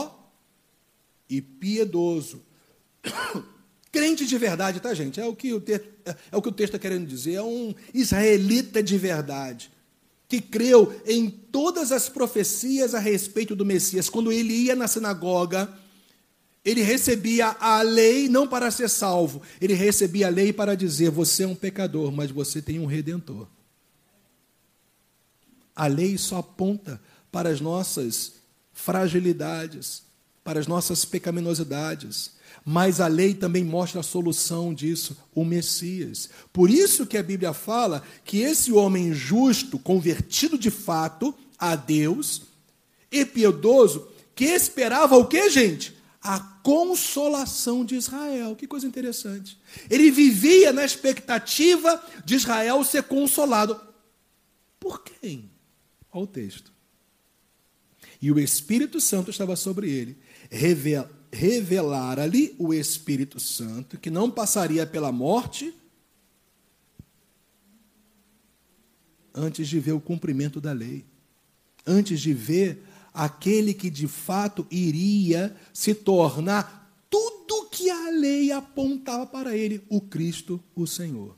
e piedoso. Crente de verdade, tá, gente? É o que o texto está querendo dizer. É um israelita de verdade, que creu em todas as profecias a respeito do Messias. Quando ele ia na sinagoga, ele recebia a lei não para ser salvo, ele recebia a lei para dizer, você é um pecador, mas você tem um Redentor. A lei só aponta para as nossas fragilidades, para as nossas pecaminosidades, mas a lei também mostra a solução disso, o Messias. Por isso que a Bíblia fala que esse homem justo, convertido de fato a Deus, e piedoso, que esperava o quê, gente? A consolação de Israel. Que coisa interessante. Ele vivia na expectativa de Israel ser consolado. Por quem? Olha o texto. E o Espírito Santo estava sobre ele. Revelara-lhe o Espírito Santo que não passaria pela morte antes de ver o cumprimento da lei, antes de ver aquele que de fato iria se tornar tudo que a lei apontava para ele, o Cristo, o Senhor.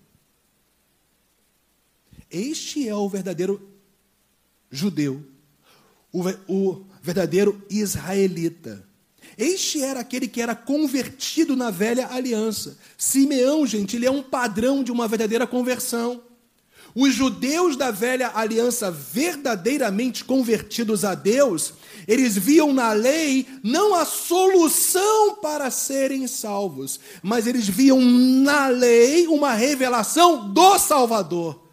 Este é o verdadeiro judeu, o verdadeiro israelita, Este era aquele que era convertido na velha aliança. Simeão, gente, ele é um padrão de uma verdadeira conversão. Os judeus da velha aliança verdadeiramente convertidos a Deus, eles viam na lei não a solução para serem salvos, mas eles viam na lei uma revelação do Salvador.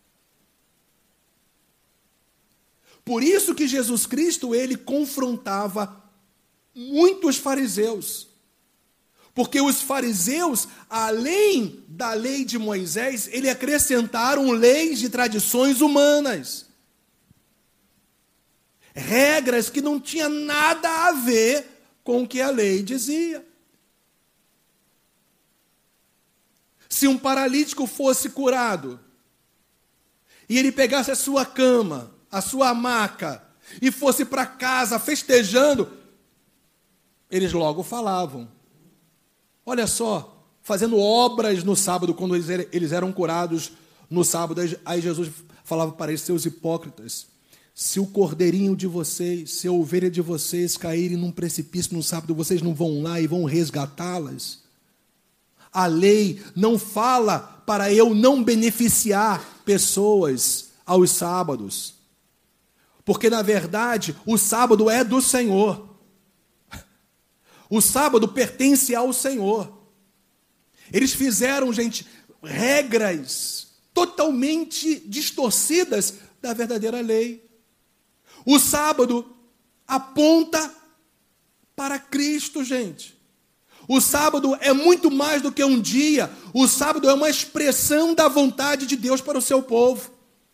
Por isso que Jesus Cristo, ele confrontava muitos fariseus. Porque os fariseus, além da lei de Moisés, eles acrescentaram leis de tradições humanas. Regras que não tinham nada a ver com o que a lei dizia. Se um paralítico fosse curado, e ele pegasse a sua cama, a sua maca, e fosse para casa festejando, eles logo falavam. Olha só, fazendo obras no sábado, quando eles eram curados no sábado, aí Jesus falava para eles, seus hipócritas, se o cordeirinho de vocês, se a ovelha de vocês caírem num precipício no sábado, vocês não vão lá e vão resgatá-las? A lei não fala para eu não beneficiar pessoas aos sábados, porque na verdade o sábado é do Senhor. O sábado pertence ao Senhor. Eles fizeram, gente, regras totalmente distorcidas da verdadeira lei. O sábado aponta para Cristo, gente. O sábado é muito mais do que um dia. O sábado é uma expressão da vontade de Deus para o seu povo.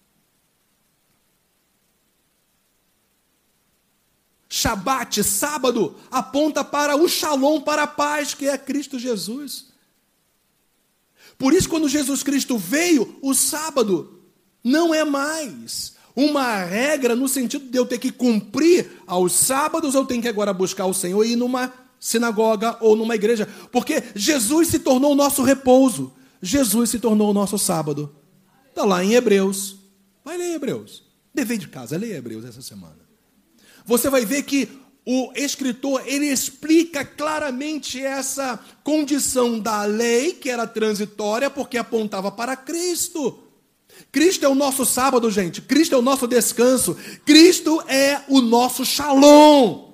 Shabat, sábado, aponta para o shalom, para a paz, que é Cristo Jesus. Por isso, quando Jesus Cristo veio, o sábado não é mais uma regra no sentido de eu ter que cumprir aos sábados, eu tenho que agora buscar o Senhor e ir numa sinagoga ou numa igreja, porque Jesus se tornou o nosso repouso. Jesus se tornou o nosso sábado. Está lá em Hebreus. Vai ler Hebreus. Dever de casa, leia Hebreus essa semana. Você vai ver que o escritor, ele explica claramente essa condição da lei, que era transitória, porque apontava para Cristo. Cristo é o nosso sábado, gente. Cristo é o nosso descanso. Cristo é o nosso shalom.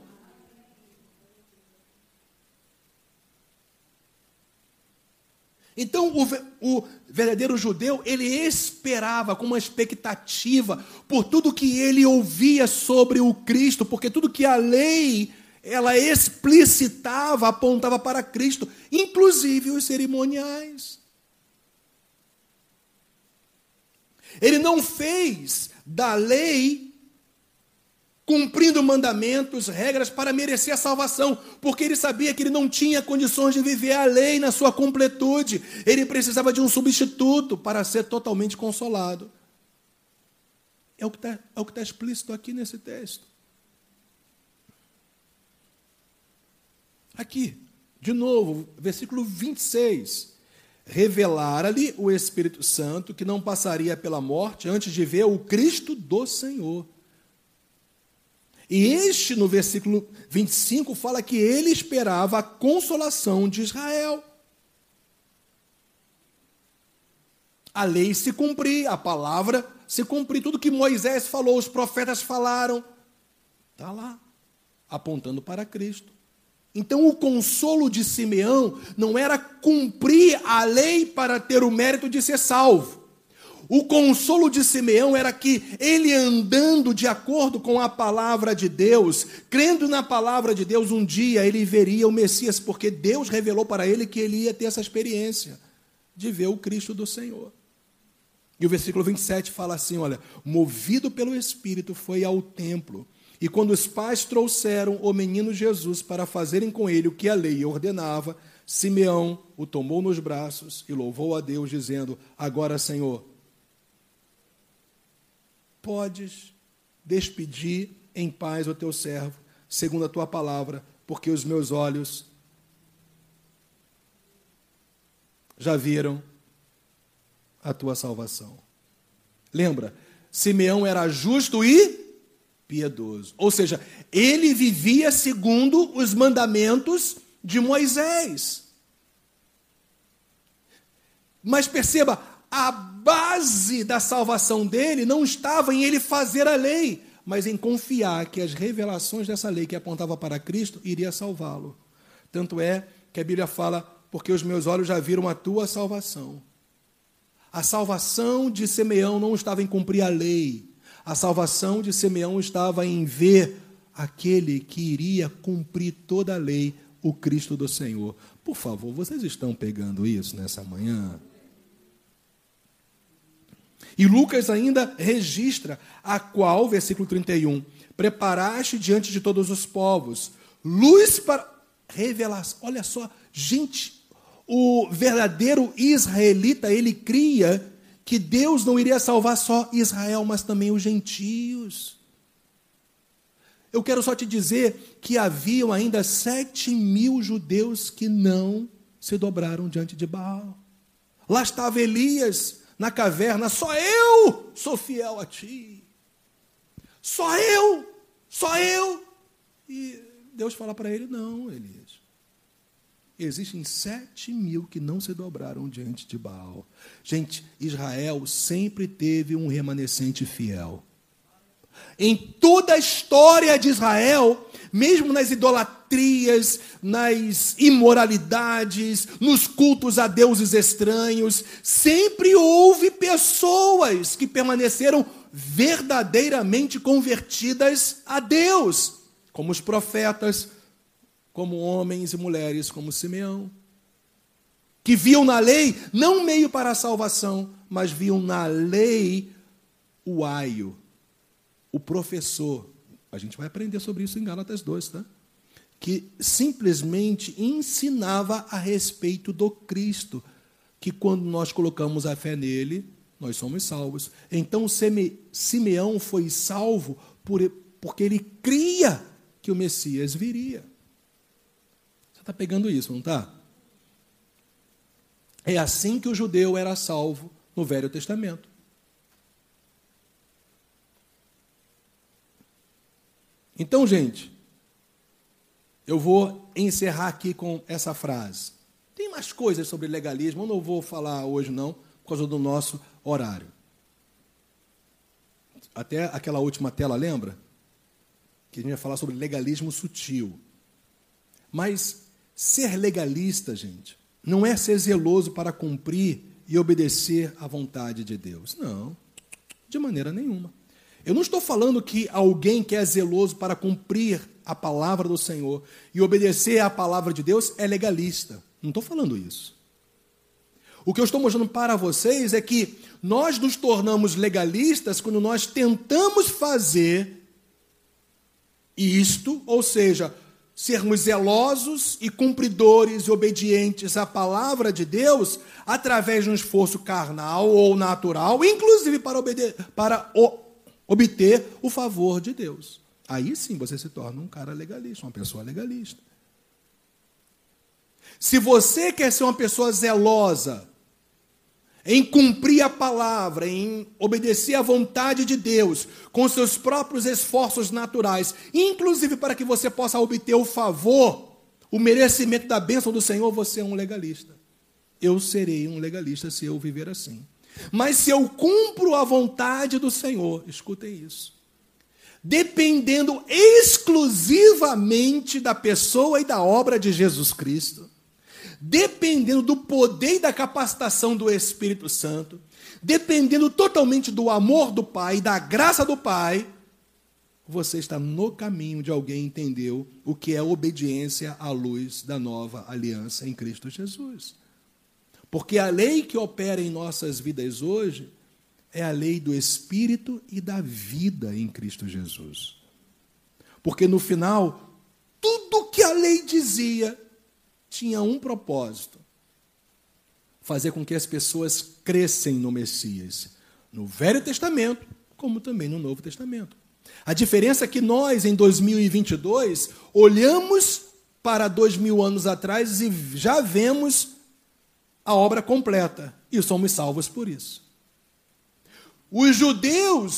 Então, o verdadeiro judeu, ele esperava com uma expectativa por tudo que ele ouvia sobre o Cristo, porque tudo que a lei, ela explicitava, apontava para Cristo, inclusive os cerimoniais. Ele não fez da lei, cumprindo mandamentos, regras, para merecer a salvação, porque ele sabia que ele não tinha condições de viver a lei na sua completude. Ele precisava de um substituto para ser totalmente consolado. É o que está explícito aqui nesse texto. Aqui, de novo, versículo 26. Revelara-lhe o Espírito Santo que não passaria pela morte antes de ver o Cristo do Senhor. E este, no versículo 25, fala que ele esperava a consolação de Israel. A lei se cumprir, a palavra se cumprir. Tudo que Moisés falou, os profetas falaram, está lá, apontando para Cristo. Então, o consolo de Simeão não era cumprir a lei para ter o mérito de ser salvo. O consolo de Simeão era que ele, andando de acordo com a palavra de Deus, crendo na palavra de Deus, um dia ele veria o Messias, porque Deus revelou para ele que ele ia ter essa experiência de ver o Cristo do Senhor. E o versículo 27 fala assim, olha, movido pelo Espírito foi ao templo, e quando os pais trouxeram o menino Jesus para fazerem com ele o que a lei ordenava, Simeão o tomou nos braços e louvou a Deus, dizendo, agora, Senhor, podes despedir em paz o teu servo, segundo a tua palavra, porque os meus olhos já viram a tua salvação. Lembra, Simeão era justo e piedoso. Ou seja, ele vivia segundo os mandamentos de Moisés. Mas perceba, a base da salvação dele não estava em ele fazer a lei, mas em confiar que as revelações dessa lei que apontava para Cristo iria salvá-lo. Tanto é que a Bíblia fala, porque os meus olhos já viram a tua salvação. A salvação de Simeão não estava em cumprir a lei. A salvação de Simeão estava em ver aquele que iria cumprir toda a lei, o Cristo do Senhor. Por favor, vocês estão pegando isso nessa manhã? E Lucas ainda registra a qual, versículo 31, preparaste diante de todos os povos, luz para revelação. Olha só, gente, o verdadeiro israelita, ele cria que Deus não iria salvar só Israel, mas também os gentios. Eu quero só te dizer que haviam ainda 7.000 judeus que não se dobraram diante de Baal. Lá estava Elias na caverna, só eu sou fiel a ti. Só eu. E Deus fala para ele, não, Elias. Existem 7.000 que não se dobraram diante de Baal. Gente, Israel sempre teve um remanescente fiel. Em toda a história de Israel, mesmo nas idolatrias, nas imoralidades, nos cultos a deuses estranhos, sempre houve pessoas que permaneceram verdadeiramente convertidas a Deus, como os profetas, como homens e mulheres como Simeão, que viam na lei não meio para a salvação, mas viam na lei o aio, o professor. A gente vai aprender sobre isso em Gálatas 2, tá? Que simplesmente ensinava a respeito do Cristo, que quando nós colocamos a fé nele, nós somos salvos. Então Simeão foi salvo porque ele cria que o Messias viria. Você está pegando isso, não está? É assim que o judeu era salvo no Velho Testamento. Então, gente, eu vou encerrar aqui com essa frase. Tem mais coisas sobre legalismo, eu não vou falar hoje não, por causa do nosso horário. Até aquela última tela, lembra? Que a gente ia falar sobre legalismo sutil. Mas ser legalista, gente, não é ser zeloso para cumprir e obedecer à vontade de Deus. Não, de maneira nenhuma. Eu não estou falando que alguém que é zeloso para cumprir a palavra do Senhor e obedecer à palavra de Deus é legalista. Não estou falando isso. O que eu estou mostrando para vocês é que nós nos tornamos legalistas quando nós tentamos fazer isto, ou seja, sermos zelosos e cumpridores e obedientes à palavra de Deus através de um esforço carnal ou natural, inclusive para obter o favor de Deus. Aí sim você se torna um cara legalista, uma pessoa legalista. Se você quer ser uma pessoa zelosa em cumprir a palavra, em obedecer à vontade de Deus, com seus próprios esforços naturais, inclusive para que você possa obter o favor, o merecimento da bênção do Senhor, você é um legalista. Eu serei um legalista se eu viver assim. Mas se eu cumpro a vontade do Senhor, escutem isso, dependendo exclusivamente da pessoa e da obra de Jesus Cristo, dependendo do poder e da capacitação do Espírito Santo, dependendo totalmente do amor do Pai, da graça do Pai, você está no caminho de alguém entendeu o que é obediência à luz da nova aliança em Cristo Jesus. Porque a lei que opera em nossas vidas hoje é a lei do Espírito e da vida em Cristo Jesus. Porque no final, tudo que a lei dizia tinha um propósito: fazer com que as pessoas crescem no Messias, no Velho Testamento, como também no Novo Testamento. A diferença é que nós, em 2022, olhamos para 2000 anos atrás e já vemos a obra completa, e somos salvos por isso. Os judeus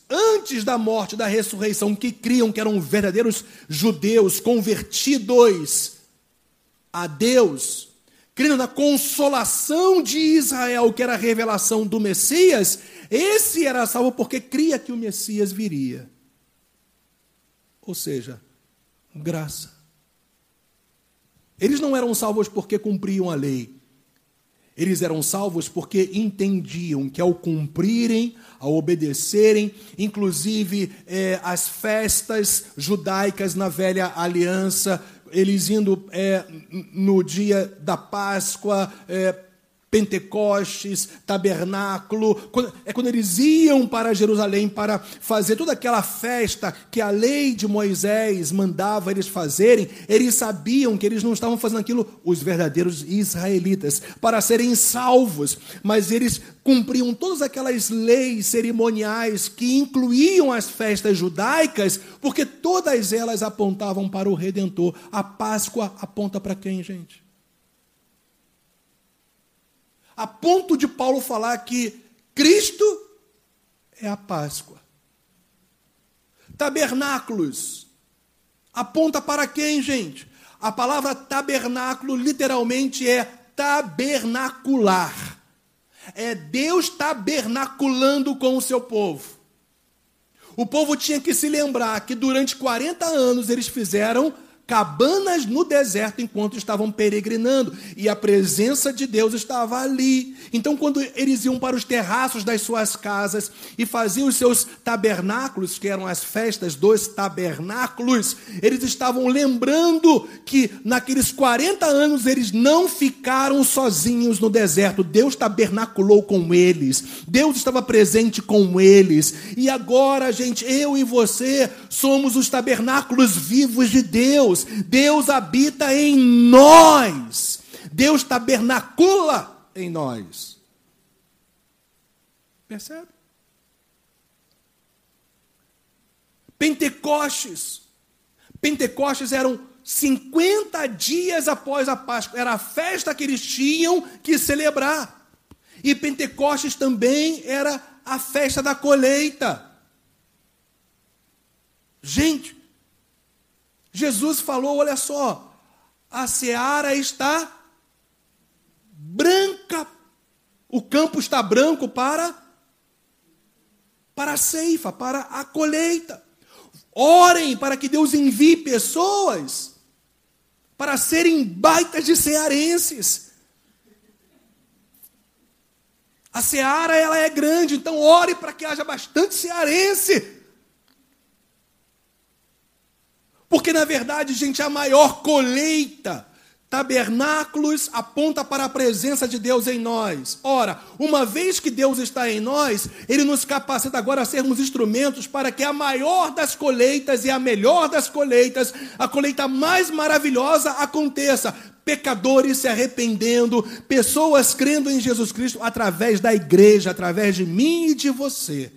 antes da morte e da ressurreição, que criam que eram verdadeiros judeus convertidos a Deus, crendo na consolação de Israel, que era a revelação do Messias, esse era salvo porque cria que o Messias viria. Ou seja, graça. Eles não eram salvos porque cumpriam a lei. Eles eram salvos porque entendiam que ao cumprirem, ao obedecerem, inclusive as festas judaicas na velha aliança, eles indo no dia da Páscoa, Pentecostes, tabernáculo, quando eles iam para Jerusalém para fazer toda aquela festa que a lei de Moisés mandava eles fazerem, eles sabiam que eles não estavam fazendo aquilo, os verdadeiros israelitas, para serem salvos, mas eles cumpriam todas aquelas leis cerimoniais que incluíam as festas judaicas, porque todas elas apontavam para o Redentor. A Páscoa aponta para quem, gente? A ponto de Paulo falar que Cristo é a Páscoa. Tabernáculos aponta para quem, gente? A palavra tabernáculo literalmente é tabernacular. É Deus tabernaculando com o seu povo. O povo tinha que se lembrar que durante 40 anos eles fizeram cabanas no deserto enquanto estavam peregrinando, e a presença de Deus estava ali. Então, quando eles iam para os terraços das suas casas e faziam os seus tabernáculos, que eram as festas dos tabernáculos, eles estavam lembrando que naqueles 40 anos eles não ficaram sozinhos no deserto. Deus tabernaculou com eles, Deus estava presente com eles, e agora, gente, eu e você somos os tabernáculos vivos de Deus. Deus habita em nós. Deus tabernacula em nós. Percebe? Pentecostes. Pentecostes eram 50 dias após a Páscoa. Era a festa que eles tinham que celebrar. E Pentecostes também era a festa da colheita. Gente, Jesus falou, olha só, a seara está branca, o campo está branco para a ceifa, para a colheita. Orem para que Deus envie pessoas para serem baitas de cearenses. A seara, ela é grande, então ore para que haja bastante cearense. Porque, na verdade, gente, a maior colheita, tabernáculos, aponta para a presença de Deus em nós. Ora, uma vez que Deus está em nós, Ele nos capacita agora a sermos instrumentos para que a maior das colheitas e a melhor das colheitas, a colheita mais maravilhosa aconteça. Pecadores se arrependendo, pessoas crendo em Jesus Cristo através da igreja, através de mim e de você.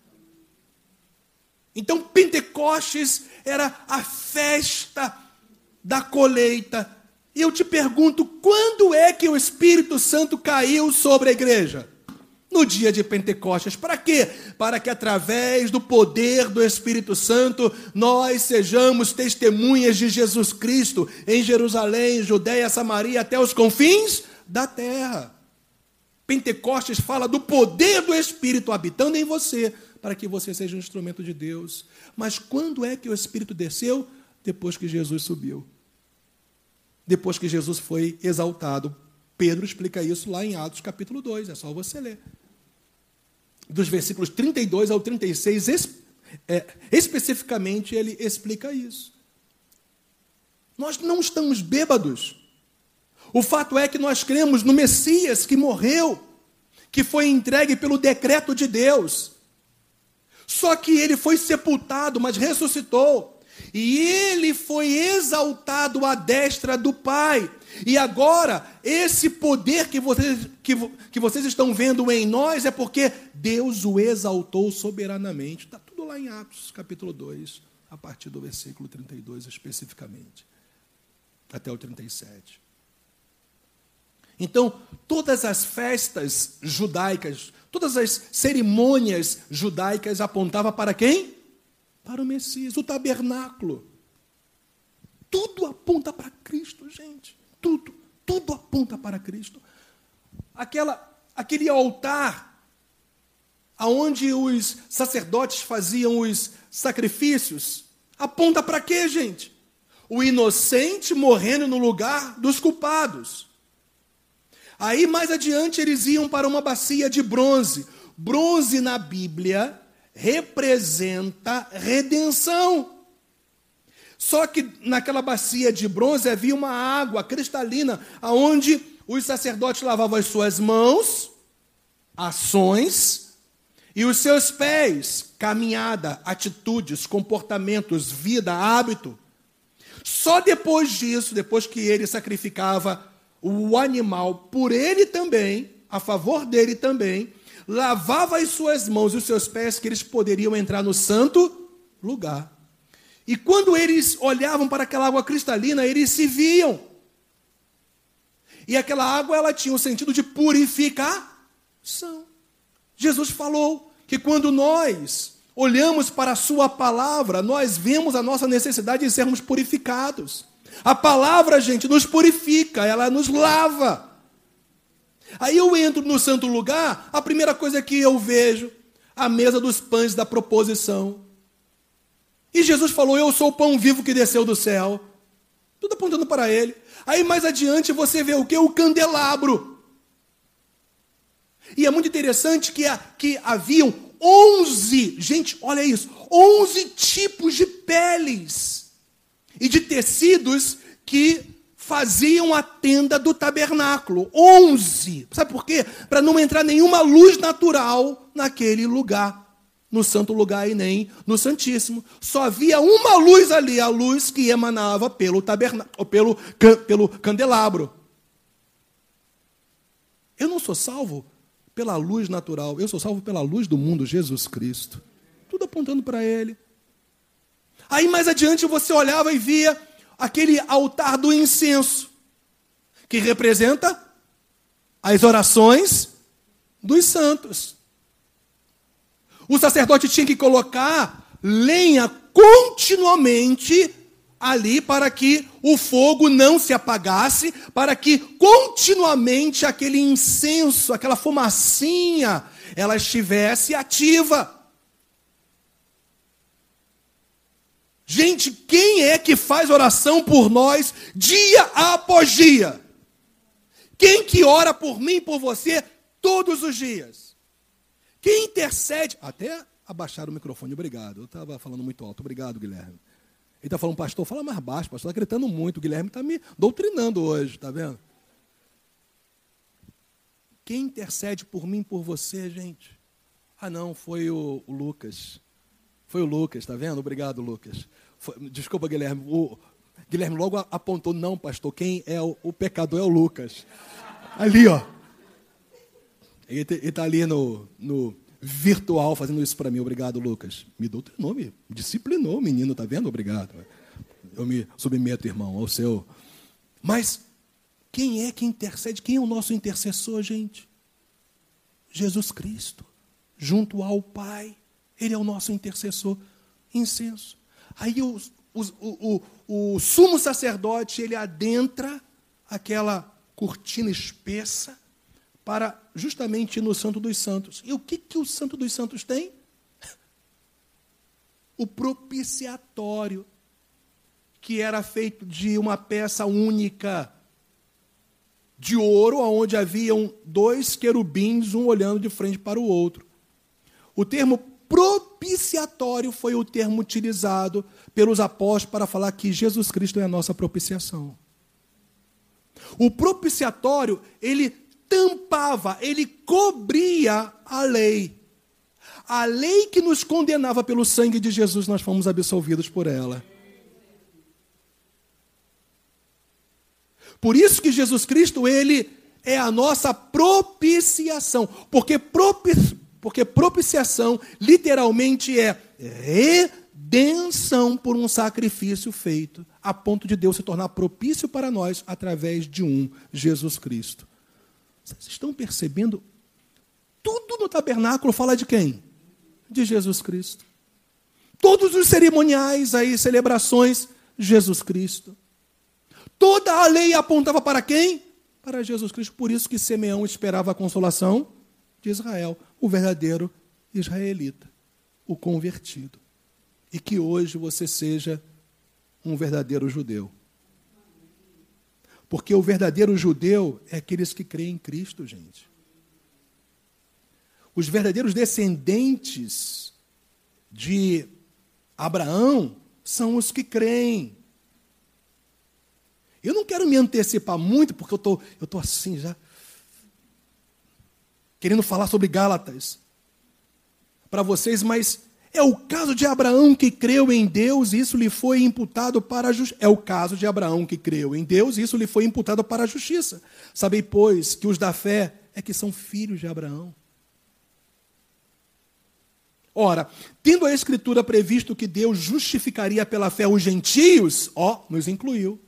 Então, Pentecostes era a festa da colheita. E eu te pergunto, quando é que o Espírito Santo caiu sobre a igreja? No dia de Pentecostes. Para quê? Para que através do poder do Espírito Santo, nós sejamos testemunhas de Jesus Cristo em Jerusalém, Judeia, Samaria, até os confins da terra. Pentecostes fala do poder do Espírito habitando em você, para que você seja um instrumento de Deus. Mas quando é que o Espírito desceu? Depois que Jesus subiu. Depois que Jesus foi exaltado. Pedro explica isso lá em Atos capítulo 2, é só você ler. Dos versículos 32 ao 36, especificamente, ele explica isso. Nós não estamos bêbados. O fato é que nós cremos no Messias que morreu, que foi entregue pelo decreto de Deus. Só que ele foi sepultado, mas ressuscitou. E ele foi exaltado à destra do Pai. E agora, esse poder que vocês estão vendo em nós é porque Deus o exaltou soberanamente. Está tudo lá em Atos, capítulo 2, a partir do versículo 32 especificamente, até o 37. Então, todas as festas judaicas, Todas as cerimônias judaicas apontavam para quem? Para o Messias, o tabernáculo. Tudo aponta para Cristo, gente. Tudo aponta para Cristo. Aquele altar aonde os sacerdotes faziam os sacrifícios, aponta para quê, gente? O inocente morrendo no lugar dos culpados. Aí, mais adiante, eles iam para uma bacia de bronze. Bronze na Bíblia representa redenção. Só que naquela bacia de bronze havia uma água cristalina, onde os sacerdotes lavavam as suas mãos, ações, e os seus pés, caminhada, atitudes, comportamentos, vida, hábito. Só depois disso, depois que ele sacrificava o animal por ele também, a favor dele também, lavava as suas mãos e os seus pés, que eles poderiam entrar no santo lugar. E quando eles olhavam para aquela água cristalina, eles se viam. E aquela água, ela tinha o sentido de purificação. Jesus falou que quando nós olhamos para a sua palavra, nós vemos a nossa necessidade de sermos purificados. A palavra, gente, nos purifica, ela nos lava. Aí eu entro no santo lugar, a primeira coisa que eu vejo, a mesa dos pães da proposição. E Jesus falou, eu sou o pão vivo que desceu do céu. Tudo apontando para ele. Aí mais adiante você vê o que? O candelabro. E é muito interessante que haviam 11, gente, olha isso, 11 tipos de peles e de tecidos que faziam a tenda do tabernáculo. 11. Sabe por quê? Para não entrar nenhuma luz natural naquele lugar, no santo lugar e nem no santíssimo. Só havia uma luz ali, a luz que emanava pelo tabernáculo, pelo candelabro. Eu não sou salvo pela luz natural, eu sou salvo pela luz do mundo, Jesus Cristo. Tudo apontando para ele. Aí mais adiante você olhava e via aquele altar do incenso, que representa as orações dos santos. O sacerdote tinha que colocar lenha continuamente ali para que o fogo não se apagasse, para que continuamente aquele incenso, aquela fumacinha, ela estivesse ativa. Gente, quem é que faz oração por nós dia após dia? Quem que ora por mim e por você todos os dias? Quem intercede? Até abaixar o microfone, obrigado. Eu estava falando muito alto, obrigado, Guilherme. Ele está falando, pastor, fala mais baixo, pastor, está gritando muito. O Guilherme está me doutrinando hoje, está vendo? Quem intercede por mim e por você, gente? Ah, não, foi o Lucas. Foi o Lucas, está vendo? Obrigado, Lucas. Desculpa, Guilherme. O Guilherme logo apontou, não, pastor, quem é o pecador é o Lucas. Ali, ó. Ele está ali no virtual fazendo isso para mim. Obrigado, Lucas. Me doutrinou, me disciplinou o menino, está vendo? Obrigado. Eu me submeto, irmão, ao seu. Mas quem é que intercede? Quem é o nosso intercessor, gente? Jesus Cristo, junto ao Pai. Ele é o nosso intercessor. Incenso. Aí o sumo sacerdote, ele adentra aquela cortina espessa para justamente ir no Santo dos Santos. E o que o Santo dos Santos tem? O propiciatório, que era feito de uma peça única de ouro, onde haviam 2 querubins, um olhando de frente para o outro. O termo propiciatório foi o termo utilizado pelos apóstolos para falar que Jesus Cristo é a nossa propiciação. O propiciatório, ele tampava, ele cobria a lei. A lei que nos condenava pelo sangue de Jesus, nós fomos absolvidos por ela. Por isso que Jesus Cristo, ele é a nossa propiciação. Porque propiciação, literalmente, é redenção por um sacrifício feito, a ponto de Deus se tornar propício para nós, através de Jesus Cristo. Vocês estão percebendo tudo no tabernáculo fala de quem? De Jesus Cristo. Todos os cerimoniais aí, celebrações, Jesus Cristo. Toda a lei apontava para quem? Para Jesus Cristo. Por isso que Simeão esperava a consolação de Israel, o verdadeiro israelita, o convertido. E que hoje você seja um verdadeiro judeu. Porque o verdadeiro judeu é aqueles que creem em Cristo, gente. Os verdadeiros descendentes de Abraão são os que creem. Eu não quero me antecipar muito, porque eu estou assim já, querendo falar sobre Gálatas para vocês, mas é o caso de Abraão que creu em Deus, e isso lhe foi imputado para a justiça. É o caso de Abraão que creu em Deus, e isso lhe foi imputado para a justiça. Sabei, pois, que os da fé é que são filhos de Abraão. Ora, tendo a Escritura previsto que Deus justificaria pela fé os gentios, nos incluiu.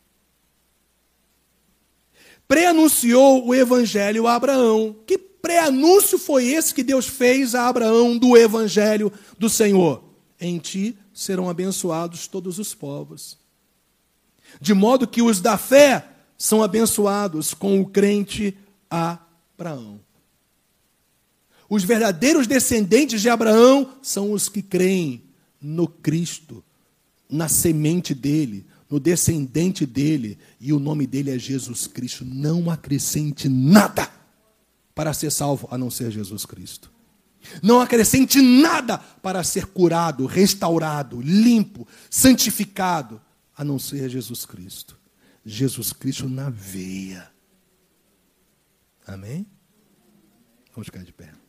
Pré-anunciou o evangelho a Abraão. Que pré-anúncio foi esse que Deus fez a Abraão do evangelho do Senhor? Em ti serão abençoados todos os povos. De modo que os da fé são abençoados com o crente Abraão. Os verdadeiros descendentes de Abraão são os que creem no Cristo, na semente dele, no descendente dele, e o nome dele é Jesus Cristo. Não acrescente nada para ser salvo, a não ser Jesus Cristo. Não acrescente nada para ser curado, restaurado, limpo, santificado, a não ser Jesus Cristo. Jesus Cristo na veia. Amém? Vamos ficar de pé.